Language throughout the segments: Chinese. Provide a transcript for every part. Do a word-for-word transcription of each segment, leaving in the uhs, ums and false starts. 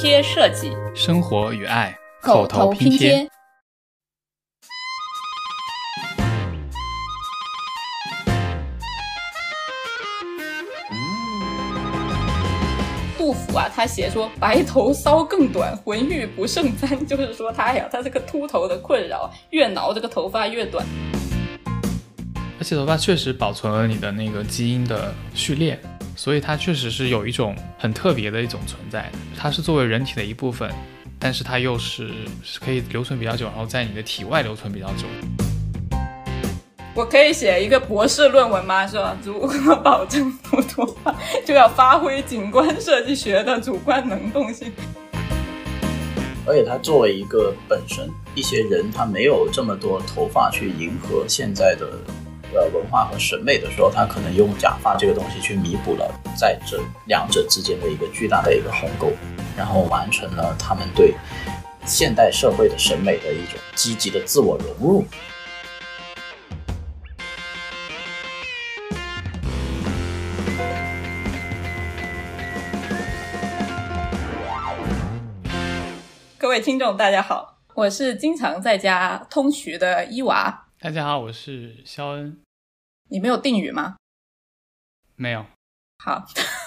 贴设计， 生活与爱， 口头拼贴。杜甫啊，他写说白头搔更短，浑欲不胜簪，就是说他呀，他这个秃头的困扰，越挠这个头发越短。 而且头发确实保存了你的那个基因的序列，所以它确实是有一种很特别的一种存在的。它是作为人体的一部分，但是它又是可以留存比较久，然后在你的体外留存比较久。 我可以写一个博士论文吗？说如何保证不脱发，就要发挥景观设计学的主观能动性。 而且它作为一个本身一些人他没有这么多头发去迎合现在的呃文化和审美的时候，他可能用假发这个东西去弥补了在这两者之间的一个巨大的一个鸿沟，然后完成了他们对现代社会的审美的一种积极的自我融入。 各位听众大家好，我是经常在家通学的伊娃。 大家好，我是肖恩。 你没有定语吗？ 没有。 好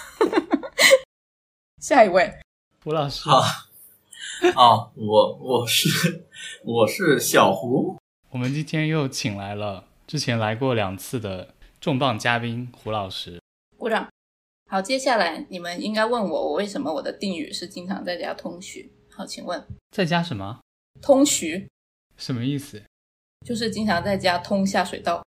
下一位胡老师。 好哦，我我是我是小胡。 我们今天又请来了之前来过两次的重磅嘉宾胡老师。 鼓掌。好，接下来你们应该问我我为什么我的定语是经常在家通学。好，请问在家什么？ 通徐什么意思？ 就是经常在家通下水道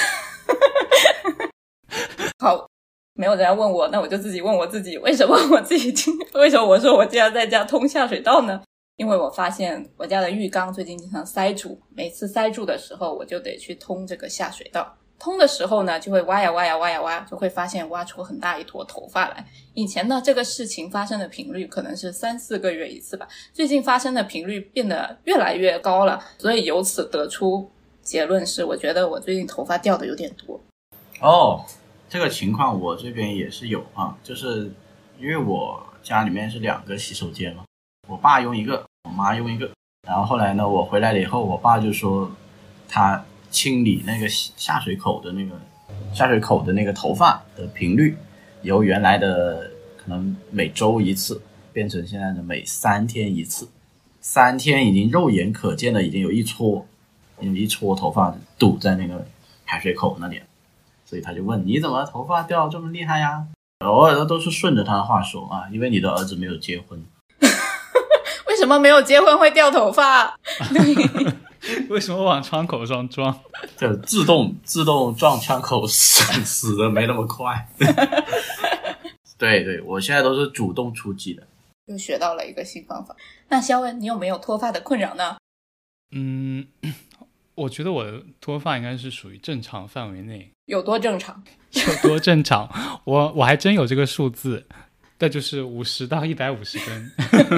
好，没有人要问我，那我就自己问我自己，为什么我自己为什么我说我经常在家通下水道呢？因为我发现我家的浴缸最近经常塞住，每次塞住的时候我就得去通这个下水道。通的时候呢，就会挖呀挖呀挖呀挖，就会发现挖出很大一坨头发来。以前呢，这个事情发生的频率可能是三四个月一次吧，最近发生的频率变得越来越高了，所以由此得出结论是，我觉得我最近头发掉的有点多。 哦，这个情况我这边也是有啊，就是因为我家里面是两个洗手间嘛，我爸用一个，我妈用一个，然后后来呢，我回来了以后，我爸就说他清理那个下水口的那个下水口的那个头发的频率，由原来的可能每周一次变成现在的每三天一次，三天已经肉眼可见的已经有一撮有一撮头发堵在那个排水口那里，所以他就问你怎么头发掉这么厉害呀？偶尔都是顺着他的话说啊，因为你的儿子没有结婚。 为什么没有结婚会掉头发？ 为什么往窗口上撞？ 就自动自动撞枪口死死的没那么快。对对，我现在都是主动出击的。 又学到了一个新方法。那肖恩，你有没有脱发的困扰呢？ 嗯，我觉得我的脱发应该是属于正常范围内。 有多正常？ 有多正常？我我还真有这个数字，那就是五十到一百五十根。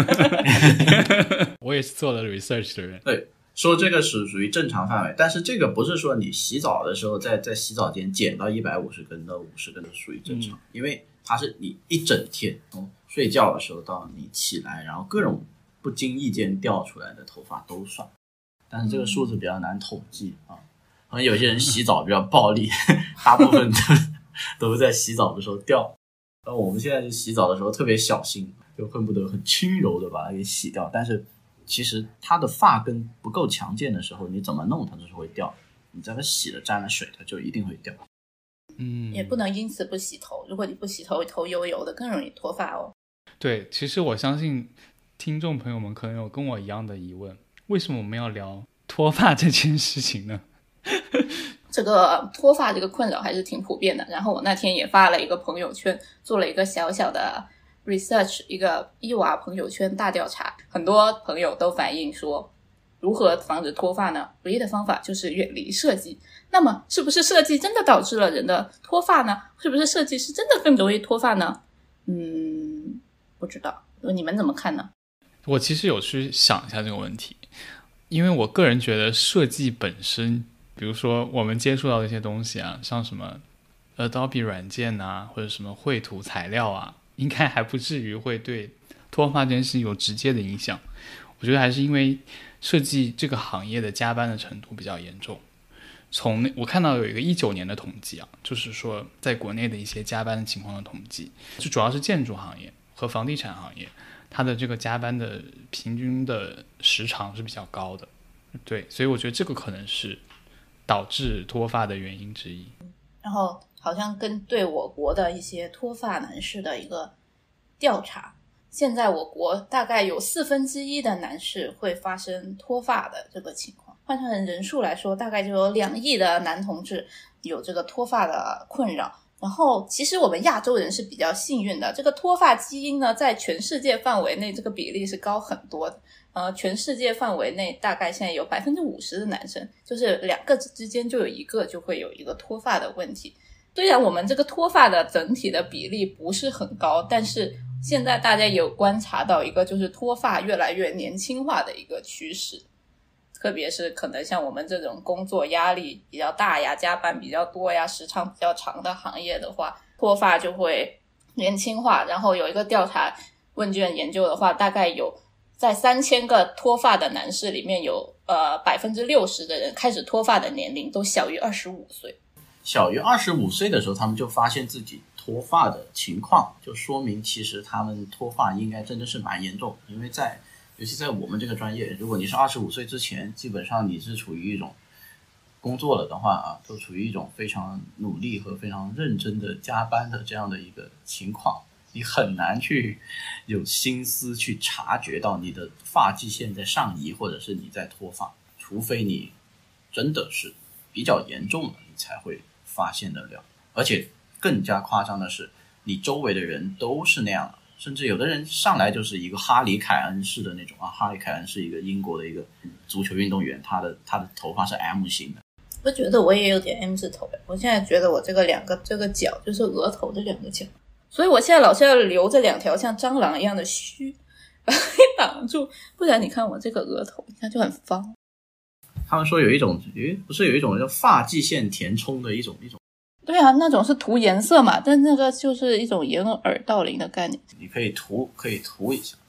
我也是做了 research 的人。 对。说这个是属于正常范围，但是这个不是说你洗澡的时候在在洗澡间减到一百五十根到五十根的属于正常、嗯、因为它是你一整天从睡觉的时候到你起来，然后各种不经意间掉出来的头发都算，但是这个数字比较难统计啊。可能有些人洗澡比较暴力，大部分都都是在洗澡的时候掉，然后我们现在洗澡的时候特别小心，就恨不得很轻柔的把它给洗掉，但是其实它的发根不够强健的时候，你怎么弄它都是会掉，你在它洗了沾了水它就一定会掉。 嗯， 也不能因此不洗头，如果你不洗头头油油的更容易脱发哦。 对，其实我相信听众朋友们可能有跟我一样的疑问，为什么我们要聊脱发这件事情呢？ 这个脱发这个困扰还是挺普遍的，然后我那天也发了一个朋友圈，做了一个小小的research， 一个伊娃朋友圈大调查，很多朋友都反映说，如何防止脱发呢？唯一的方法就是远离设计。那么是不是设计真的导致了人的脱发呢？是不是设计师真的更容易脱发呢？嗯，不知道，你们怎么看呢？ 我其实有去想一下这个问题，因为我个人觉得设计本身，比如说我们接触到的一些东西啊，像什么 Adobe 软件啊，或者什么绘图材料啊，应该还不至于会对脱发这件事情有直接的影响。我觉得还是因为设计这个行业的加班的程度比较严重。从那我看到有一个一九年的统计啊，就是说在国内的一些加班的情况的统计，就主要是建筑行业和房地产行业，它的这个加班的平均的时长是比较高的。对，所以我觉得这个可能是导致脱发的原因之一。 然后好像跟对我国的一些脱发男士的一个调查，现在我国大概有四分之一的男士会发生脱发的这个情况，换成人数来说，大概就有两亿的男同志有这个脱发的困扰。然后其实我们亚洲人是比较幸运的，这个脱发基因呢，在全世界范围内这个比例是高很多的。呃，全世界范围内大概现在有 百分之五十 的男生，就是两个之间就有一个就会有一个脱发的问题。虽然我们这个脱发的整体的比例不是很高，但是现在大家有观察到一个就是脱发越来越年轻化的一个趋势。特别是可能像我们这种工作压力比较大呀，加班比较多呀，时长比较长的行业的话，脱发就会年轻化。然后有一个调查问卷研究的话，大概有在三千个脱发的男士里面有呃 百分之六十 的人开始脱发的年龄都小于二十五岁。 小于二十五岁的时候他们就发现自己脱发的情况，就说明其实他们脱发应该真的是蛮严重。因为在尤其在我们这个专业，如果你是二十五岁之前，基本上你是处于一种工作了的话啊，都处于一种非常努力和非常认真的加班的这样的一个情况，你很难去有心思去察觉到你的发际线在上移，或者是你在脱发，除非你真的是比较严重了，你才会发现得了。而且更加夸张的是，你周围的人都是那样的，甚至有的人上来就是一个哈里凯恩式的那种啊，哈里凯恩是一个英国的一个足球运动员，他的他的头发是 M 型的。 我觉得我也有点 M 字头，我现在觉得我这个两个这个角就是额头的两个角，所以我现在老是要留着两条像蟑螂一样的须把它挡住，不然你看我这个额头，你看就很方。 他们说有一种，不是有一种叫发际线填充的一种一种。 对啊，那种是涂颜色嘛，但那个就是一种掩耳盗铃的概念。 你可以涂，可以涂一下。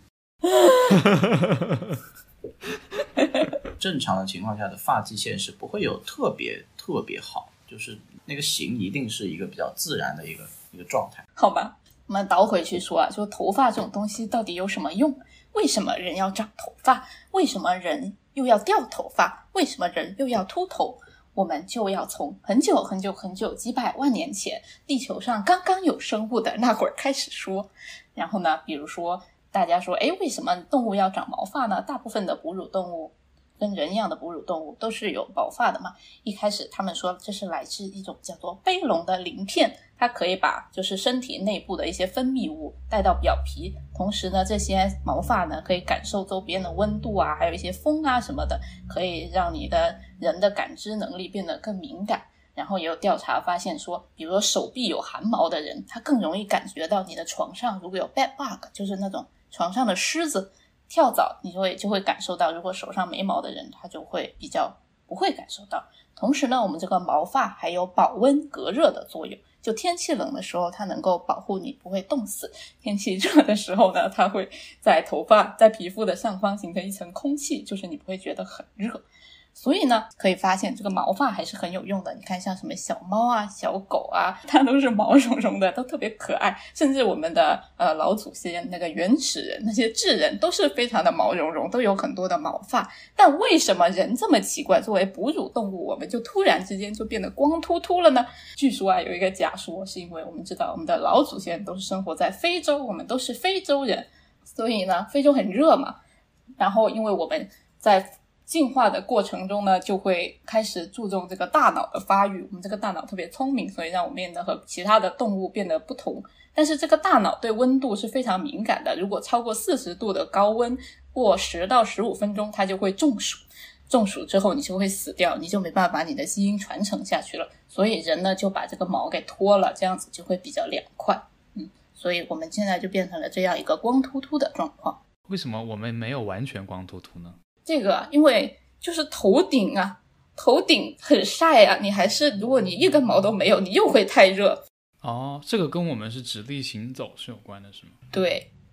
正常的情况下的发际线是不会有特别特别好，就是那个型一定是一个比较自然的一个一个状态。 好吧，我们倒回去说啊，说头发这种东西到底有什么用？为什么人要长头发？为什么人又要掉头发？为什么人又要秃头？我们就要从很久很久很久几百万年前地球上刚刚有生物的那会儿开始说。然后呢，比如说大家说，诶，为什么动物要长毛发呢？大部分的哺乳动物跟人一样的哺乳动物都是有毛发的嘛。一开始他们说这是来自一种叫做贝隆的鳞片，它可以把就是身体内部的一些分泌物带到表皮，同时呢这些毛发呢可以感受周边的温度啊，还有一些风啊什么的，可以让你的人的感知能力变得更敏感。然后也有调查发现说，比如说手臂有汗毛的人，他更容易感觉到你的床上如果有 bed bug， 就是那种床上的虱子跳蚤，你就会就会感受到。如果手上没毛的人，他就会比较不会感受到。同时呢，我们这个毛发还有保温隔热的作用，就天气冷的时候它能够保护你不会冻死，天气热的时候呢，它会在头发在皮肤的上方形成一层空气，就是你不会觉得很热。所以呢，可以发现这个毛发还是很有用的。你看像什么小猫啊、小狗啊，它都是毛茸茸的，都特别可爱。甚至我们的呃老祖先那个原始人，那些智人都是非常的毛茸茸，都有很多的毛发。但为什么人这么奇怪，作为哺乳动物，我们就突然之间就变得光秃秃了呢？据说啊，有一个假说，是因为我们知道我们的老祖先都是生活在非洲，我们都是非洲人，所以呢，非洲很热嘛。然后因为我们在进化的过程中呢，就会开始注重这个大脑的发育。我们这个大脑特别聪明，所以让我们变得和其他的动物变得不同。但是这个大脑对温度是非常敏感的，如果超过四十度的高温，过十到十五分钟，它就会中暑。中暑之后你就会死掉，你就没办法把你的基因传承下去了。所以人呢就把这个毛给脱了，这样子就会比较凉快。嗯，所以我们现在就变成了这样一个光秃秃的状况。 为什么我们没有完全光秃秃呢？ 这个因为就是头顶啊，头顶很晒啊，你还是如果你一根毛都没有，你又会太热。 哦，这个跟我们是直立行走是有关的是吗？ 对，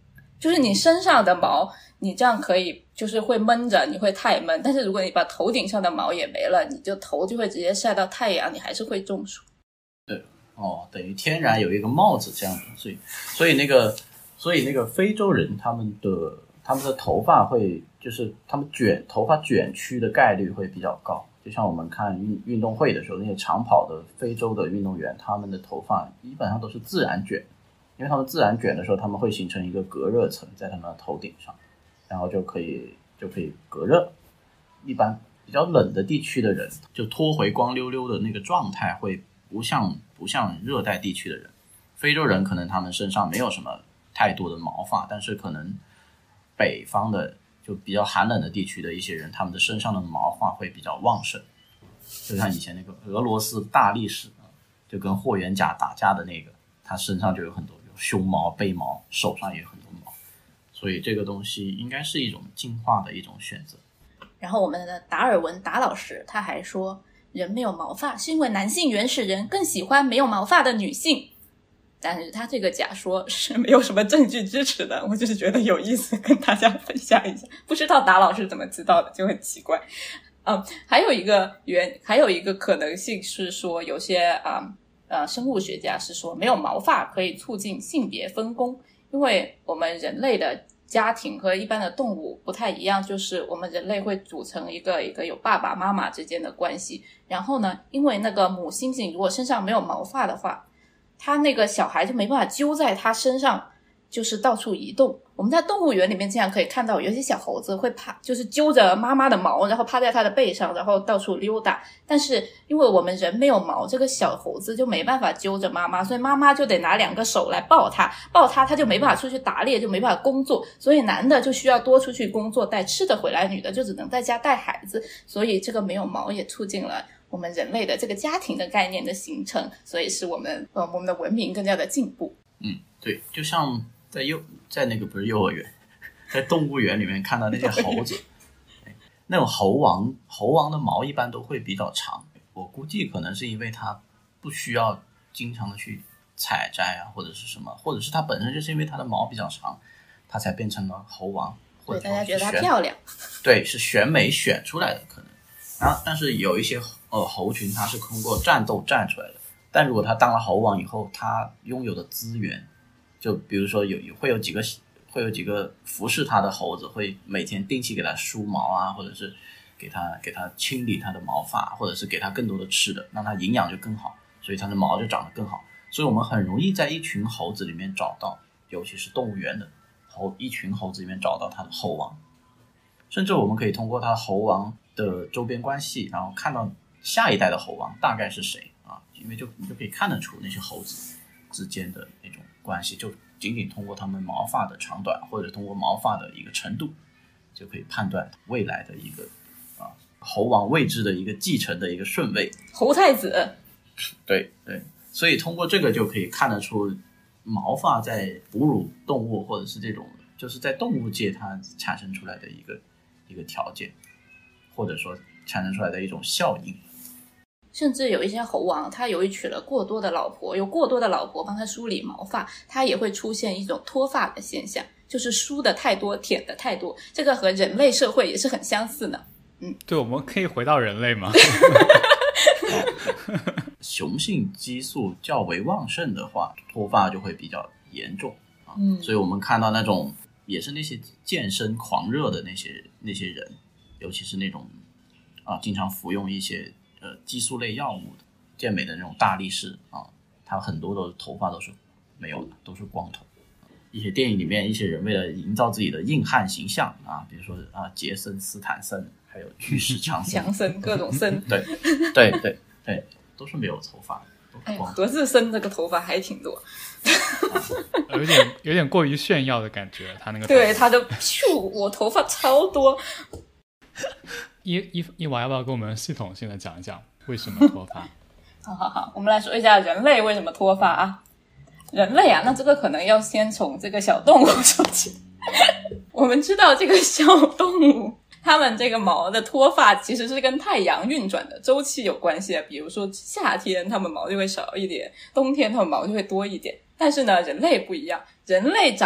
就是你身上的毛你这样可以就是会闷着，你会太闷，但是如果你把头顶上的毛也没了，你就头就会直接晒到太阳，你还是会中暑。 对哦，等于天然有一个帽子这样的，所以所以那个所以那个非洲人他们的他们的头发会就是他们卷头发卷曲的概率会比较高。就像我们看运运动会的时候，那些长跑的非洲的运动员，他们的头发基本上都是自然卷，因为他们自然卷的时候，他们会形成一个隔热层在他们的头顶上，然后就可以就可以隔热。一般比较冷的地区的人，就脱回光溜溜的那个状态会不像不像热带地区的人。非洲人可能他们身上没有什么太多的毛发，但是可能北方的就比较寒冷的地区的一些人，他们的身上的毛发会比较旺盛，就像以前那个俄罗斯大力士，就跟霍元甲打架的那个，他身上就有很多，有胸毛、背毛，手上也有很多毛，所以这个东西应该是一种进化的一种选择。 然后我们的达尔文达老师他还说，人没有毛发是因为男性原始人更喜欢没有毛发的女性。但是他这个假说是没有什么证据支持的，我就是觉得有意思跟大家分享一下，不知道达老师怎么知道的，就很奇怪。嗯，还有一个原还有一个可能性是说，有些啊呃生物学家是说没有毛发可以促进性别分工，因为我们人类的家庭和一般的动物不太一样，就是我们人类会组成一个一个有爸爸妈妈之间的关系，然后呢，因为那个母猩猩如果身上没有毛发的话，他那个小孩就没办法揪在他身上，就是到处移动。我们在动物园里面经常可以看到有些小猴子会趴，就是揪着妈妈的毛，然后趴在他的背上，然后到处溜达。但是因为我们人没有毛，这个小猴子就没办法揪着妈妈，所以妈妈就得拿两个手来抱他，抱他他就没办法出去打猎，就没办法工作，所以男的就需要多出去工作带吃的回来，女的就只能在家带孩子。所以这个没有毛也促进了我们人类的这个家庭的概念的形成，所以使我们呃我们的文明更加的进步。 嗯，对，就像在幼在那个不是幼儿园，在动物园里面看到那些猴子，那种猴王猴王的毛一般都会比较长，我估计可能是因为它不需要经常的去采摘啊，或者是什么，或者是它本身就是因为它的毛比较长，它才变成了猴王，或者对，大家觉得它漂亮， 对，是选美选出来的可能。然后但是有一些呃猴群它是通过战斗战出来的，但如果它当了猴王以后，它拥有的资源，就比如说有会有几个会有几个服侍它的猴子会每天定期给它梳毛啊，或者是给它给它清理它的毛发，或者是给它更多的吃的，让它营养就更好，所以它的毛就长得更好。所以我们很容易在一群猴子里面找到，尤其是动物园的猴一群猴子里面找到它的猴王，甚至我们可以通过它的猴王的周边关系，然后看到下一代的猴王大概是谁啊？因为就你就可以看得出那些猴子之间的那种关系，就仅仅通过它们毛发的长短，或者通过毛发的一个程度，就可以判断未来的一个啊猴王位置的一个继承的一个顺位。 猴太子。 对对，所以通过这个就可以看得出毛发在哺乳动物或者是这种就是在动物界它产生出来的一个一个条件，或者说产生出来的一种效应。 甚至有一些猴王，他由于娶了过多的老婆，有过多的老婆帮他梳理毛发，他也会出现一种脱发的现象，就是梳的太多，舔的太多，这个和人类社会也是很相似的。嗯， 对，我们可以回到人类吗？ 雄性激素较为旺盛的话，脱发就会比较严重啊。 嗯， 所以我们看到那种也是那些健身狂热的那些那些人，尤其是那种啊经常服用一些呃激素类药物的健美的那种大力士啊，他很多的头发都是没有的，都是光头。一些电影里面一些人为了营造自己的硬汉形象啊，比如说啊杰森斯坦森，还有巨石强森， 强森各种森， 对对对对，都是没有头发的，都是光头。 哎，何志森这个头发还挺多， 有点有点过于炫耀的感觉，他那个对，他就咻，我头发超多。 一一一娃要不要跟我们系统性的讲一讲为什么脱发？ 好好好，我们来说一下人类为什么脱发啊？人类啊，那这个可能要先从这个小动物说起。我们知道这个小动物它们这个毛的脱发其实是跟太阳运转的周期有关系的，比如说夏天它们毛就会少一点，冬天它们毛就会多一点。但是呢，人类不一样，人类长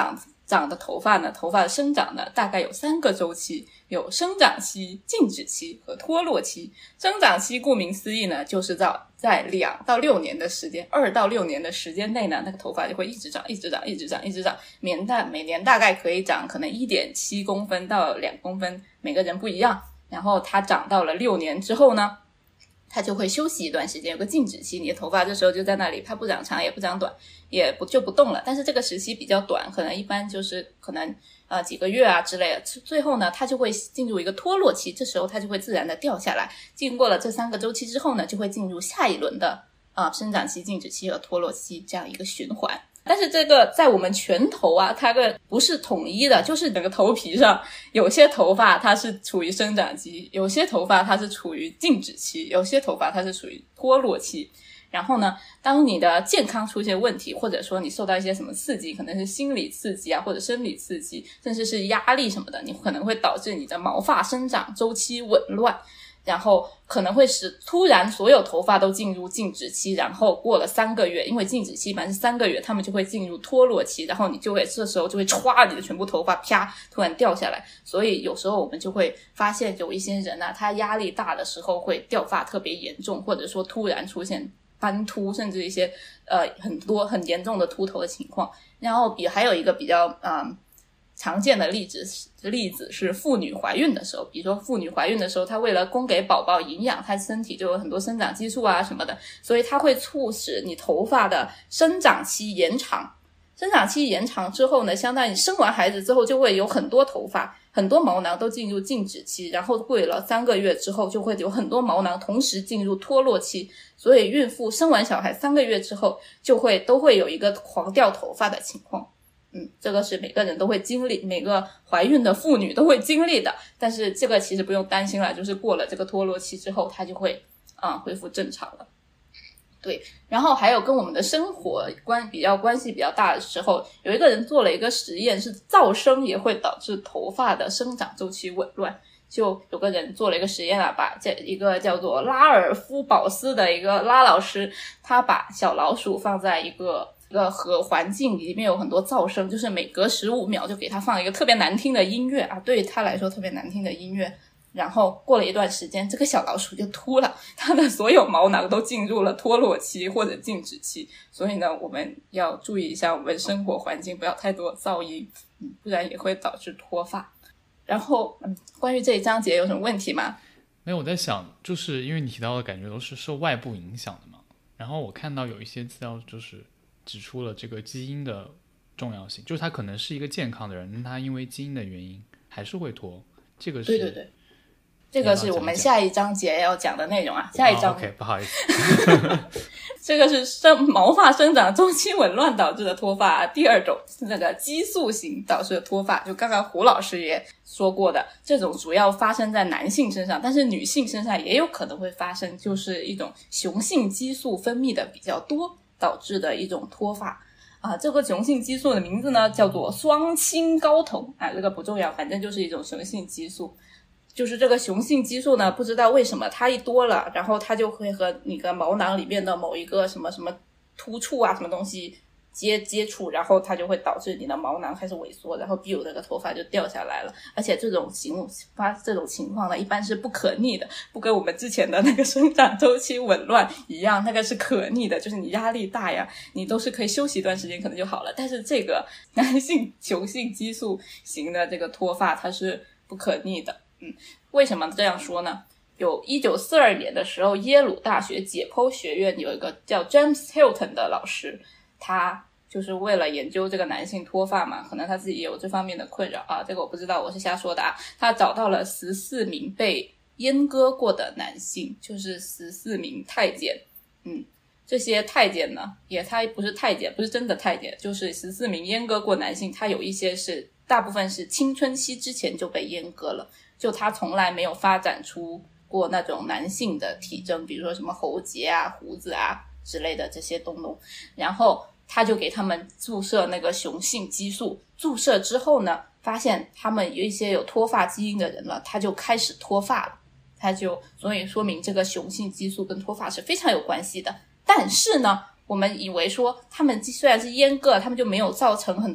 长的头发呢，头发的生长呢，大概有三个周期，有生长期、静止期和脱落期。生长期顾名思义呢，就是在在两到六年的时间，二到六年的时间内呢，那个头发就会一直长，一直长，一直长，一直长，年大每年大概可以长可能 一点七公分到两公分，每个人不一样。然后它长到了六年之后呢，它就会休息一段时间，有个静止期，你的头发这时候就在那里，它不长长也不长短，也不就不动了。但是这个时期比较短，可能一般就是可能呃几个月啊之类的。最后呢，它就会进入一个脱落期，这时候它就会自然的掉下来。经过了这三个周期之后呢，就会进入下一轮的啊、呃、生长期、静止期和脱落期这样一个循环。但是这个在我们全头啊，它个不是统一的，就是整个头皮上有些头发它是处于生长期，有些头发它是处于静止期，有些头发它是属于脱落期。然后呢，当你的健康出现问题，或者说你受到一些什么刺激，可能是心理刺激啊，或者生理刺激，甚至是压力什么的，你可能会导致你的毛发生长周期紊乱，然后可能会使突然所有头发都进入静止期，然后过了三个月，因为静止期一般是三个月，他们就会进入脱落期，然后你就会这时候就会歘，你的全部头发啪突然掉下来。所以有时候我们就会发现有一些人啊，他压力大的时候会掉发特别严重，或者说突然出现斑秃，甚至一些呃很多很严重的秃头的情况。然后比还有一个比较嗯常见的例子例子是妇女怀孕的时候，比如说妇女怀孕的时候，她为了供给宝宝营养，她身体就有很多生长激素啊什么的，所以它会促使你头发的生长期延长。生长期延长之后呢，相当于生完孩子之后就会有很多头发，很多毛囊都进入静止期，然后过了三个月之后就会有很多毛囊同时进入脱落期，所以孕妇生完小孩三个月之后就会都会有一个狂掉头发的情况。嗯，这个是每个人都会经历，每个怀孕的妇女都会经历的，但是这个其实不用担心了，就是过了这个脱落期之后它就会啊、嗯、恢复正常了。对，然后还有跟我们的生活关比较关系比较大的时候，有一个人做了一个实验，是噪声也会导致头发的生长周期紊乱。就有个人做了一个实验啊，把这一个叫做拉尔夫保斯的一个拉老师，他把小老鼠放在一个一个和环境里面有很多噪声，就是每隔十五秒就给他放一个特别难听的音乐啊，对他来说特别难听的音乐。然后过了一段时间，这个小老鼠就秃了，它的所有毛囊都进入了脱落期或者静止期。所以呢，我们要注意一下我们生活环境，不要太多噪音，嗯，不然也会导致脱发。然后，嗯，关于这一章节有什么问题吗？ 没有，我在想，就是因为你提到的感觉都是受外部影响的嘛。然后我看到有一些资料就是指出了这个基因的重要性，就是他可能是一个健康的人，但他因为基因的原因还是会脱。这个是对对对。这个是我们下一章节要讲的内容啊，下一章、 哦、OK 不好意思这个是生毛发生长周期紊乱导致的脱发，第二种是那个激素型导致的脱发，就刚刚胡老师也说过的，这种主要发生在男性身上，但是女性身上也有可能会发生，就是一种雄性激素分泌的比较多导致的一种脱发啊，这个雄性激素的名字呢叫做双氢睾酮啊，这个不重要，反正就是一种雄性激素。就是这个雄性激素呢，不知道为什么它一多了，然后它就会和你的毛囊里面的某一个什么什么突触啊什么东西接接触，然后它就会导致你的毛囊开始萎缩，然后 biu 那个头发就掉下来了。而且这种情发这种情况呢，一般是不可逆的，不跟我们之前的那个生长周期紊乱一样，那个是可逆的，就是你压力大呀，你都是可以休息一段时间可能就好了。但是这个男性雄性激素型的这个脱发它是不可逆的。嗯，为什么这样说呢？有一九四二年的时候，耶鲁大学解剖学院有一个叫 James Hilton 的老师，他就是为了研究这个男性脱发嘛，可能他自己也有这方面的困扰啊，这个我不知道，我是瞎说的啊。他找到了十四名被阉割过的男性，就是十四名太监。嗯，这些太监呢，也他不是太监，不是真的太监，就是十四名阉割过男性，他有一些是大部分是青春期之前就被阉割了。就他从来没有发展出过那种男性的体征，比如说什么喉结啊、胡子啊之类的这些东东，然后他就给他们注射那个雄性激素，注射之后呢，发现他们有一些有脱发基因的人了，他就开始脱发了，他就所以说明这个雄性激素跟脱发是非常有关系的。但是呢，我们以为说他们虽然是阉割，他们就没有造成很多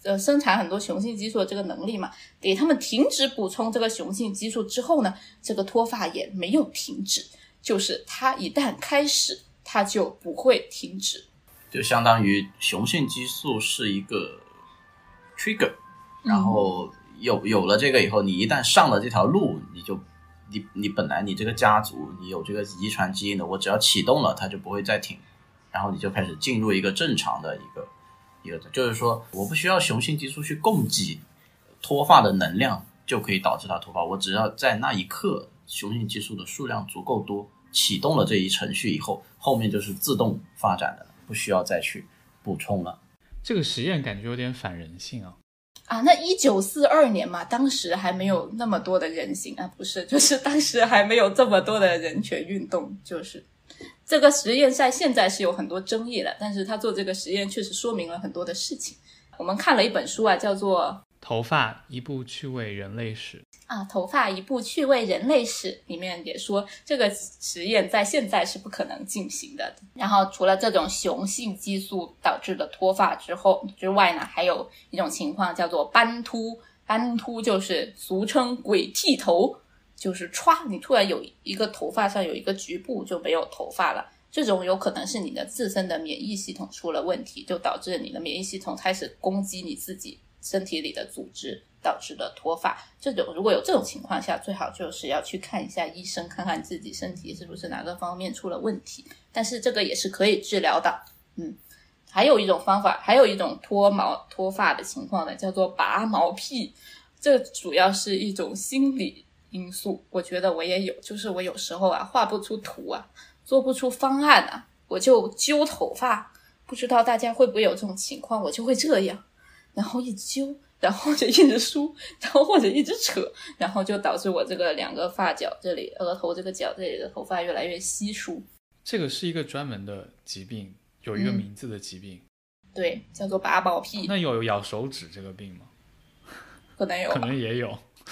呃生产很多雄性激素的这个能力嘛，给他们停止补充这个雄性激素之后呢，这个脱发也没有停止，就是它一旦开始它就不会停止， 就相当于雄性激素是一个 trigger， 然后有有了这个以后，你一旦上了这条路，你就你你本来你这个家族你有这个遗传基因的，我只要启动了它就不会再停，然后你就开始进入一个正常的一个一个，就是说我不需要雄性激素去供给脱发的能量就可以导致它脱发，我只要在那一刻雄性激素的数量足够多，启动了这一程序以后，后面就是自动发展的，不需要再去补充了。 这个实验感觉有点反人性啊。 啊，那一九四二年嘛，当时还没有那么多的人性啊，不是，就是当时还没有这么多的人权运动，就是这个实验在现在是有很多争议的，但是他做这个实验确实说明了很多的事情。我们看了一本书啊，叫做 《头发：一部趣味人类史》 啊，头发一部趣味人类史里面也说这个实验在现在是不可能进行的。然后除了这种雄性激素导致的脱发之后之外呢，还有一种情况叫做斑秃，斑秃就是俗称鬼剃头，就是歘，你突然有一个头发上有一个局部就没有头发了，这种有可能是你的自身的免疫系统出了问题，就导致你的免疫系统开始攻击你自己身体里的组织，导致的脱发。这种如果有这种情况下，最好就是要去看一下医生，看看自己身体是不是哪个方面出了问题，但是这个也是可以治疗的。嗯，还有一种方法，还有一种脱毛脱发的情况呢，叫做拔毛癖，这主要是一种心理因素，我觉得我也有，就是我有时候啊画不出图啊，做不出方案啊，我就揪头发，不知道大家会不会有这种情况，我就会这样，然后一揪，然后就一直梳，然后或者一直扯，然后就导致我这个两个发角这里额头这个角这里的头发越来越稀疏。 这个是一个专门的疾病，有一个名字的疾病、嗯、 对，叫做拔毛癖。 那有咬手指这个病吗？ 可能有吧， 可能也有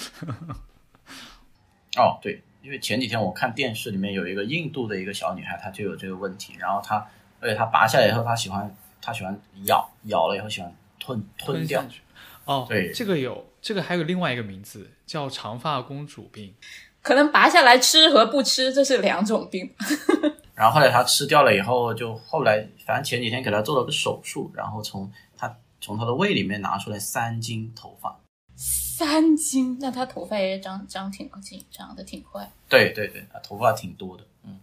哦，对，因为前几天我看电视里面有一个印度的一个小女孩，她就有这个问题，然后她而且她拔下来以后，她喜欢她喜欢咬，咬了以后喜欢吞吞掉。 哦， 对， 这个有，这个还有另外一个名字叫长发公主病， 可能拔下来吃和不吃这是两种病。 然后后来她吃掉了以后，就后来反正前几天给她做了个手术，然后从她从她的胃里面拿出来三斤头发。 三斤，那她头发也长长挺挺长得挺快。 对对对，头发挺多的。嗯，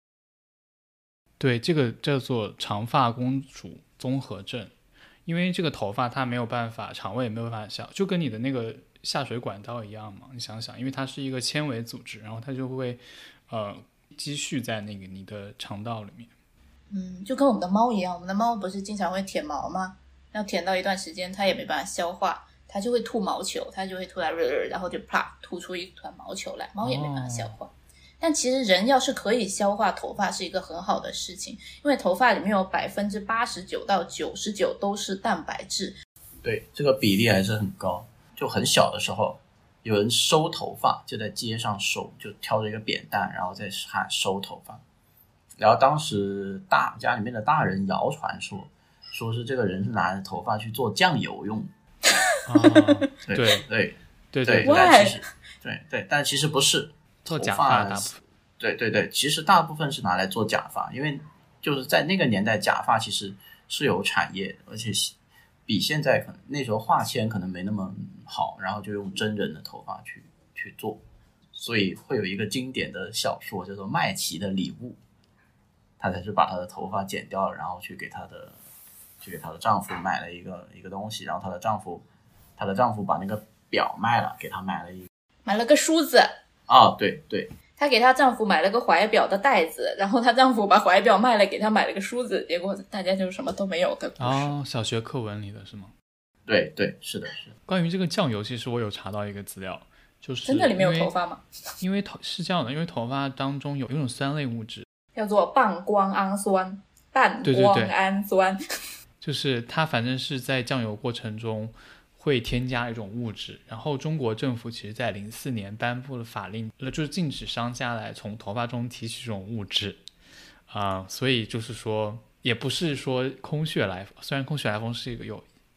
对，这个叫做长发公主综合症，因为这个头发它没有办法，肠胃也没有办法消，就跟你的那个下水管道一样嘛。你想想，因为它是一个纤维组织，然后它就会呃积蓄在那个你的肠道里面。 嗯，就跟我们的猫一样，我们的猫不是经常会舔毛吗？要舔到一段时间，它也没办法消化，它就会吐毛球，它就会吐来，然后就啪吐出一团毛球来，猫也没办法消化。哦，但其实人要是可以消化头发是一个很好的事情，因为头发里面有百分之八十九到九十九都是蛋白质。 对，这个比例还是很高。就很小的时候，有人收头发，就在街上收，就挑着一个扁担，然后再喊收头发。然后当时大家里面的大人谣传说，说是这个人是拿着头发去做酱油用。 啊， 对对对对对， 但其实对对，但其实不是。 做假发大部分， 对对对，其实大部分是拿来做假发，因为就是在那个年代，假发其实是有产业，而且比现在可能那时候化纤可能没那么好，然后就用真人的头发去去做，所以会有一个经典的小说叫做《麦琪的礼物》，她才是把她的头发剪掉了，然后去给她的去给她的丈夫买了一个一个东西，然后她的丈夫她的丈夫把那个表卖了，给她买了一个买了个梳子。 哦，对对， 她给她丈夫买了个怀表的袋子，然后她丈夫把怀表卖了，给她买了个梳子，结果大家就什么都没有的故事。 哦，小学课文里的是吗？ 对对，是的是的。 关于这个酱油，其实我有查到一个资料，就是真的里面有头发吗？ 因为头是这样的，因为头发当中有一种酸类物质叫做半胱氨酸，半胱氨酸，对对对， 就是它反正是在酱油过程中会添加一种物质，然后中国政府其实在零四年颁布了法令，就是禁止商家来从头发中提取这种物质啊、呃，所以就是说也不是说空穴来风，虽然空穴来风是一个有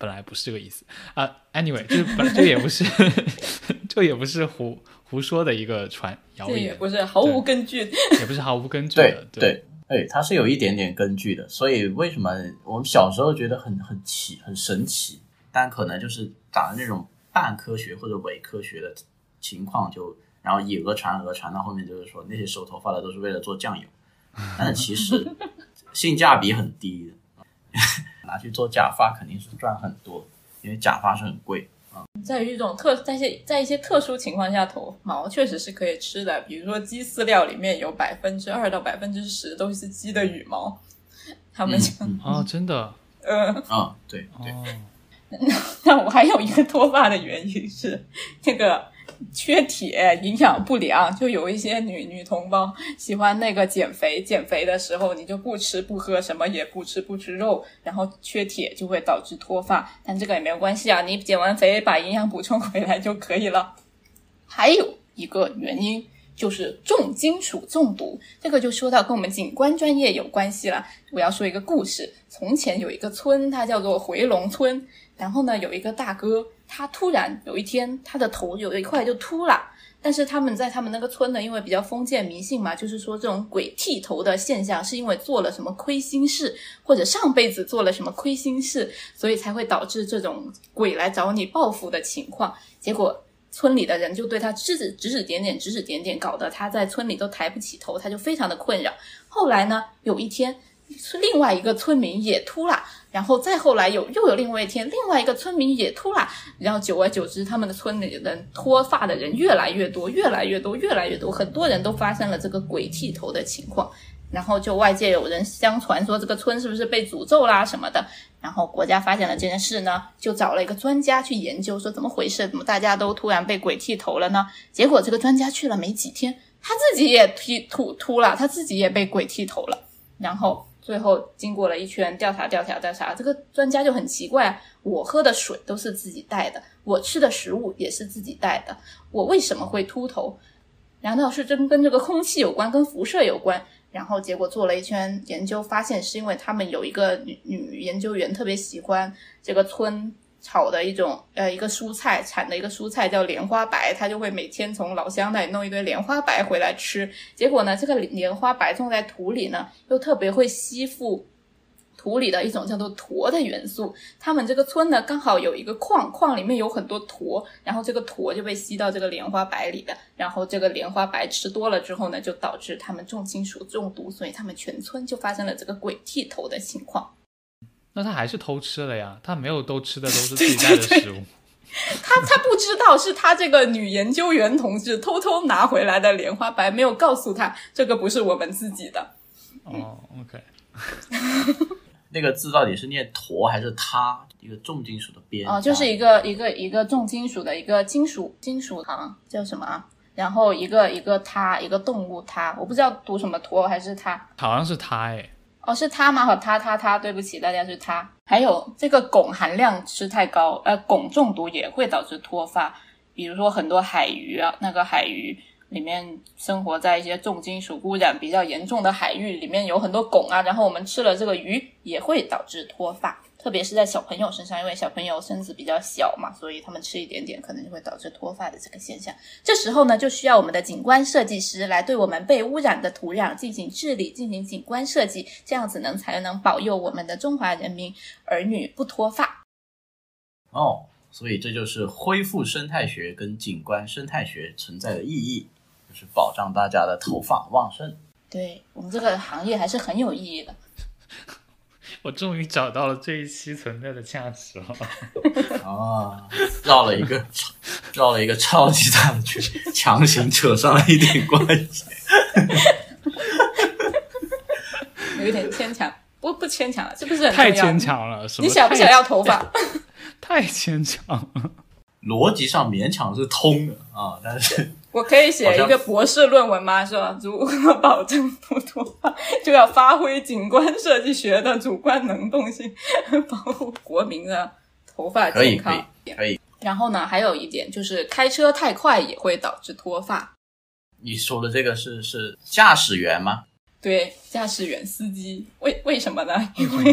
本来不是这个意思啊、uh, ，anyway， 这本来这也不是，这也不是胡胡说的一个传谣言， 这也不是毫无根据， 也不是毫无根据的， 对对对，它是有一点点根据的。所以为什么我们小时候觉得很很奇很神奇，但可能就是长的那种半科学或者伪科学的情况就，然后以讹传讹，传到后面就是说那些收头发的都是为了做酱油，但是其实性价比很低的。拿去做假发肯定是赚很多，因为假发是很贵啊。 在于一种特在一些在一些特殊情况下，头毛确实是可以吃的，比如说鸡饲料里面有百分之二到百分之十都是鸡的羽毛，他们就、 嗯嗯、哦，真的， 嗯啊、哦，对对。 哦、 那我还有一个脱发的原因是那个缺铁营养不良，就有一些女女同胞喜欢那个减肥，减肥的时候你就不吃不喝，什么也不吃，不吃肉，然后缺铁就会导致脱发，但这个也没有关系啊，你减完肥把营养补充回来就可以了。还有一个原因就是重金属中毒，这个就说到跟我们景观专业有关系了。我要说一个故事，从前有一个村，它叫做回龙村，然后呢有一个大哥，他突然有一天他的头有一块就秃了，但是他们在他们那个村呢，因为比较封建迷信嘛，就是说这种鬼剃头的现象是因为做了什么亏心事，或者上辈子做了什么亏心事，所以才会导致这种鬼来找你报复的情况。结果村里的人就对他指指指指点点指指点点，搞得他在村里都抬不起头，他就非常的困扰。后来呢有一天另外一个村民也秃了，然后再后来有又有另外一天另外一个村民也秃了，然后久而久之他们的村里人脱发的人越来越多越来越多越来越多，很多人都发生了这个鬼剃头的情况，然后就外界有人相传说这个村是不是被诅咒啦什么的，然后国家发现了这件事呢，就找了一个专家去研究，说怎么回事，怎么大家都突然被鬼剃头了呢？结果这个专家去了没几天，他自己也剃秃秃了，他自己也被鬼剃头了。然后最后经过了一圈调查调查调查，这个专家就很奇怪啊，我喝的水都是自己带的，我吃的食物也是自己带的，我为什么会秃头？难道是真跟这个空气有关，跟辐射有关？然后结果做了一圈研究，发现是因为他们有一个女女研究员特别喜欢这个村炒的一种呃一个蔬菜，产的一个蔬菜叫莲花白，她就会每天从老乡那里弄一堆莲花白回来吃。结果呢这个莲花白种在土里呢，又特别会吸附土里的一种叫做铊的元素，他们这个村呢刚好有一个矿，矿里面有很多铊，然后这个铊就被吸到这个莲花白里的，然后这个莲花白吃多了之后呢，就导致他们重金属中毒，所以他们全村就发生了这个鬼剃头的情况。 那他还是偷吃了呀，他没有都吃的都是自己带的食物。 对对对，他他不知道是他这个女研究员同志偷偷拿回来的莲花白，没有告诉他这个不是我们自己的。 哦 OK 那个字到底是念驼还是他？一个重金属的边哦，就是一个一个一个重金属的一个金属金属行叫什么啊？然后一个一个他，一个动物他，我不知道读什么驼还是他， 好像是他诶。 哦，是他吗？好，他他他，对不起，大家是他。还有这个汞含量吃太高，呃，汞中毒也会导致脱发。比如说很多海鱼啊，那个海鱼里面生活在一些重金属污染比较严重的海域，里面有很多汞啊，然后我们吃了这个鱼也会导致脱发。特别是在小朋友身上，因为小朋友身子比较小嘛，所以他们吃一点点可能就会导致脱发的这个现象。这时候呢，就需要我们的景观设计师来对我们被污染的土壤进行治理，进行景观设计，这样子呢才能保佑我们的中华人民儿女不脱发。 哦，所以这就是恢复生态学跟景观生态学存在的意义，就是保障大家的头发旺盛。 对，我们这个行业还是很有意义的。 我终于找到了这一期存在的价值了。 啊，绕了一个绕了一个超级大的圈，强行扯上了一点关系。 有一点牵强，不不牵强了，这不是很重要？ 太牵强了，什么？ 你想不想要头发？ 太牵强了。 逻辑上勉强是通的啊，但是我可以写一个博士论文吗？是吧？如何保证不脱发，就要发挥景观设计学的主观能动性，保护国民的头发健康。 可以可以可以。 然后呢，还有一点就是开车太快也会导致脱发。 你说的这个是是驾驶员吗？ 对，驾驶员司机为为什么呢？ 因为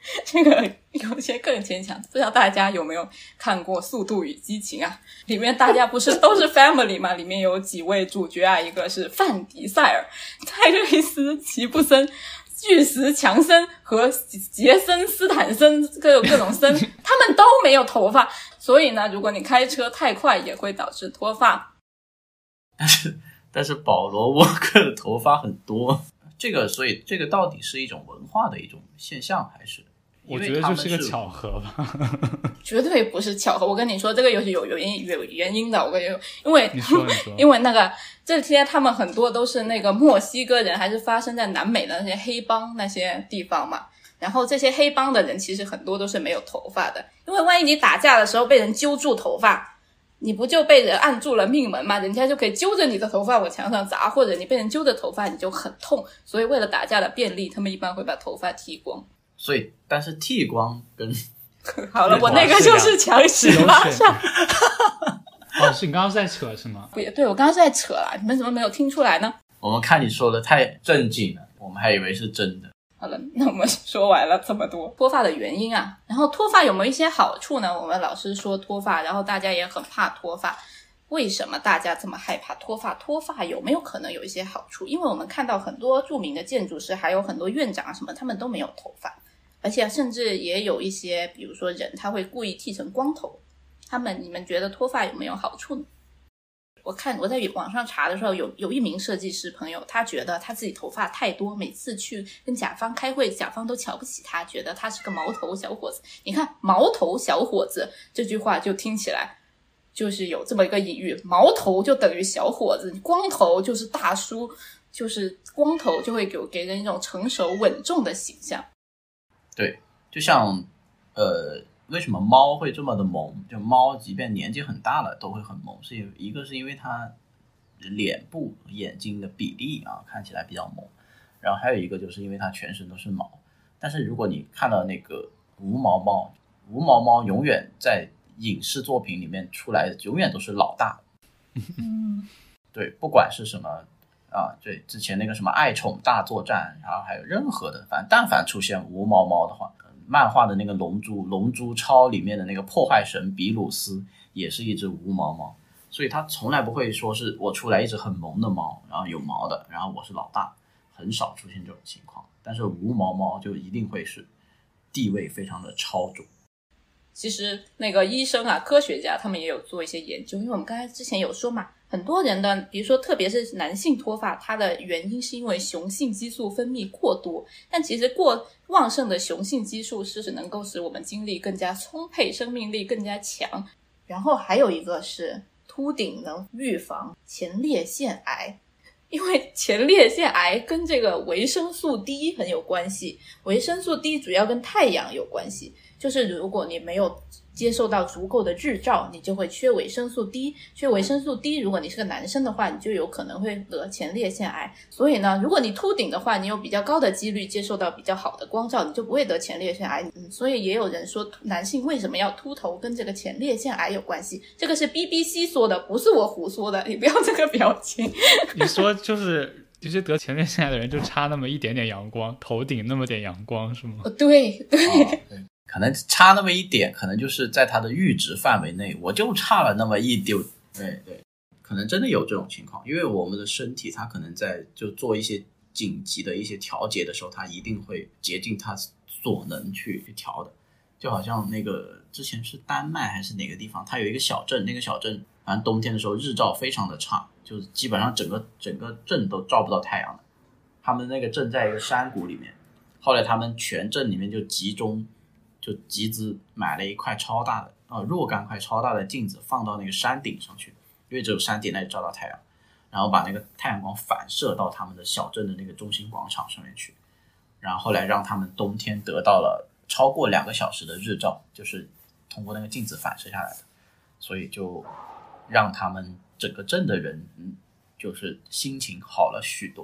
这个有些更牵强，不知道大家有没有看过《速度与激情》啊？里面大家不是都是 family 吗？里面有几位主角啊，一个是范迪塞尔、泰瑞斯·齐布森、巨石强森和杰森·斯坦森，各有各种森，他们都没有头发，所以呢，如果你开车太快，也会导致脱发。 但是，但是保罗沃克的头发很多，这个，所以这个到底是一种文化的一种现象，还是？ 我觉得就是个巧合吧。 绝对不是巧合，我跟你说，这个游戏有有原有原因的。我跟你说，因为你说你说因为那个这些他们很多都是那个墨西哥人，还是发生在南美的那些黑帮那些地方嘛。然后这些黑帮的人其实很多都是没有头发的，因为万一你打架的时候被人揪住头发，你不就被人按住了命门吗？人家就可以揪着你的头发往墙上砸，或者你被人揪着头发你就很痛。所以为了打架的便利，他们一般会把头发剃光。 所以，但是剃光跟好了，我那个就是强行拉上。 哦，是你刚刚在扯是吗？ 不也对，我刚刚是在扯啦，你们怎么没有听出来呢？ 我们看你说的太正经了，我们还以为是真的。 好了，那我们说完了这么多脱发的原因啊，然后脱发有没有一些好处呢？我们老师说脱发，然后大家也很怕脱发。为什么大家这么害怕脱发？脱发有没有可能有一些好处？因为我们看到很多著名的建筑师，还有很多院长啊什么，他们都没有头发，而且甚至也有一些，比如说人他会故意剃成光头。他们，你们觉得脱发有没有好处呢？我看我在网上查的时候，有有一名设计师朋友，他觉得他自己头发太多，每次去跟甲方开会，甲方都瞧不起他，觉得他是个毛头小伙子。你看毛头小伙子这句话就听起来就是有这么一个隐喻，毛头就等于小伙子，光头就是大叔，就是光头就会给给人一种成熟稳重的形象。 对，就像呃为什么猫会这么的萌，就猫即便年纪很大了都会很萌，是一个是因为它脸部眼睛的比例啊看起来比较萌，然后还有一个就是因为它全身都是毛。但是如果你看到那个无毛猫，无毛猫永远在影视作品里面出来的永远都是老大。 嗯， 对，不管是什么啊，对，之前那个什么爱宠大作战，然后还有任何的，反正但凡出现无毛猫的话，漫画的那个龙珠龙珠超里面的那个破坏神比鲁斯也是一只无毛猫，所以他从来不会说是我出来一只很萌的猫，然后有毛的，然后我是老大，很少出现这种情况。但是无毛猫就一定会是地位非常的超重。 其实那个医生啊，科学家他们也有做一些研究，因为我们刚才之前有说嘛，很多人的比如说特别是男性脱发，它的原因是因为雄性激素分泌过多，但其实过旺盛的雄性激素是能够使我们精力更加充沛，生命力更加强。然后还有一个是秃顶能预防前列腺癌，因为前列腺癌跟这个维生素 D 很有关系，维生素 D 主要跟太阳有关系，就是如果你没有接受到足够的日照，你就会缺维生素 D， 缺维生素 D， 如果你是个男生的话，你就有可能会得前列腺癌。所以呢，如果你秃顶的话，你有比较高的几率接受到比较好的光照，你就不会得前列腺癌。嗯，所以也有人说男性为什么要秃头跟这个前列腺癌有关系，这个是 B B C 说的，不是我胡说的，你不要这个表情。 你说就是其实得前列腺癌的人就差那么一点点阳光，头顶那么点阳光是吗？ 哦，对对、 哦、对，可能差那么一点，可能就是在它的阈值范围内，我就差了那么一丢。对对，可能真的有这种情况，因为我们的身体它可能在就做一些紧急的一些调节的时候，它一定会竭尽它所能去调的。就好像那个之前是丹麦还是哪个地方，它有一个小镇，那个小镇反正冬天的时候日照非常的差，就是基本上整个整个镇都照不到太阳的。他们那个镇在一个山谷里面，后来他们全镇里面就集中就集资买了一块超大的呃若干块超大的镜子放到那个山顶上去，因为只有山顶那里照到太阳，然后把那个太阳光反射到他们的小镇的那个中心广场上面去，然后后来让他们冬天得到了超过两个小时的日照，就是通过那个镜子反射下来的，所以就让他们整个镇的人、嗯、就是心情好了许多。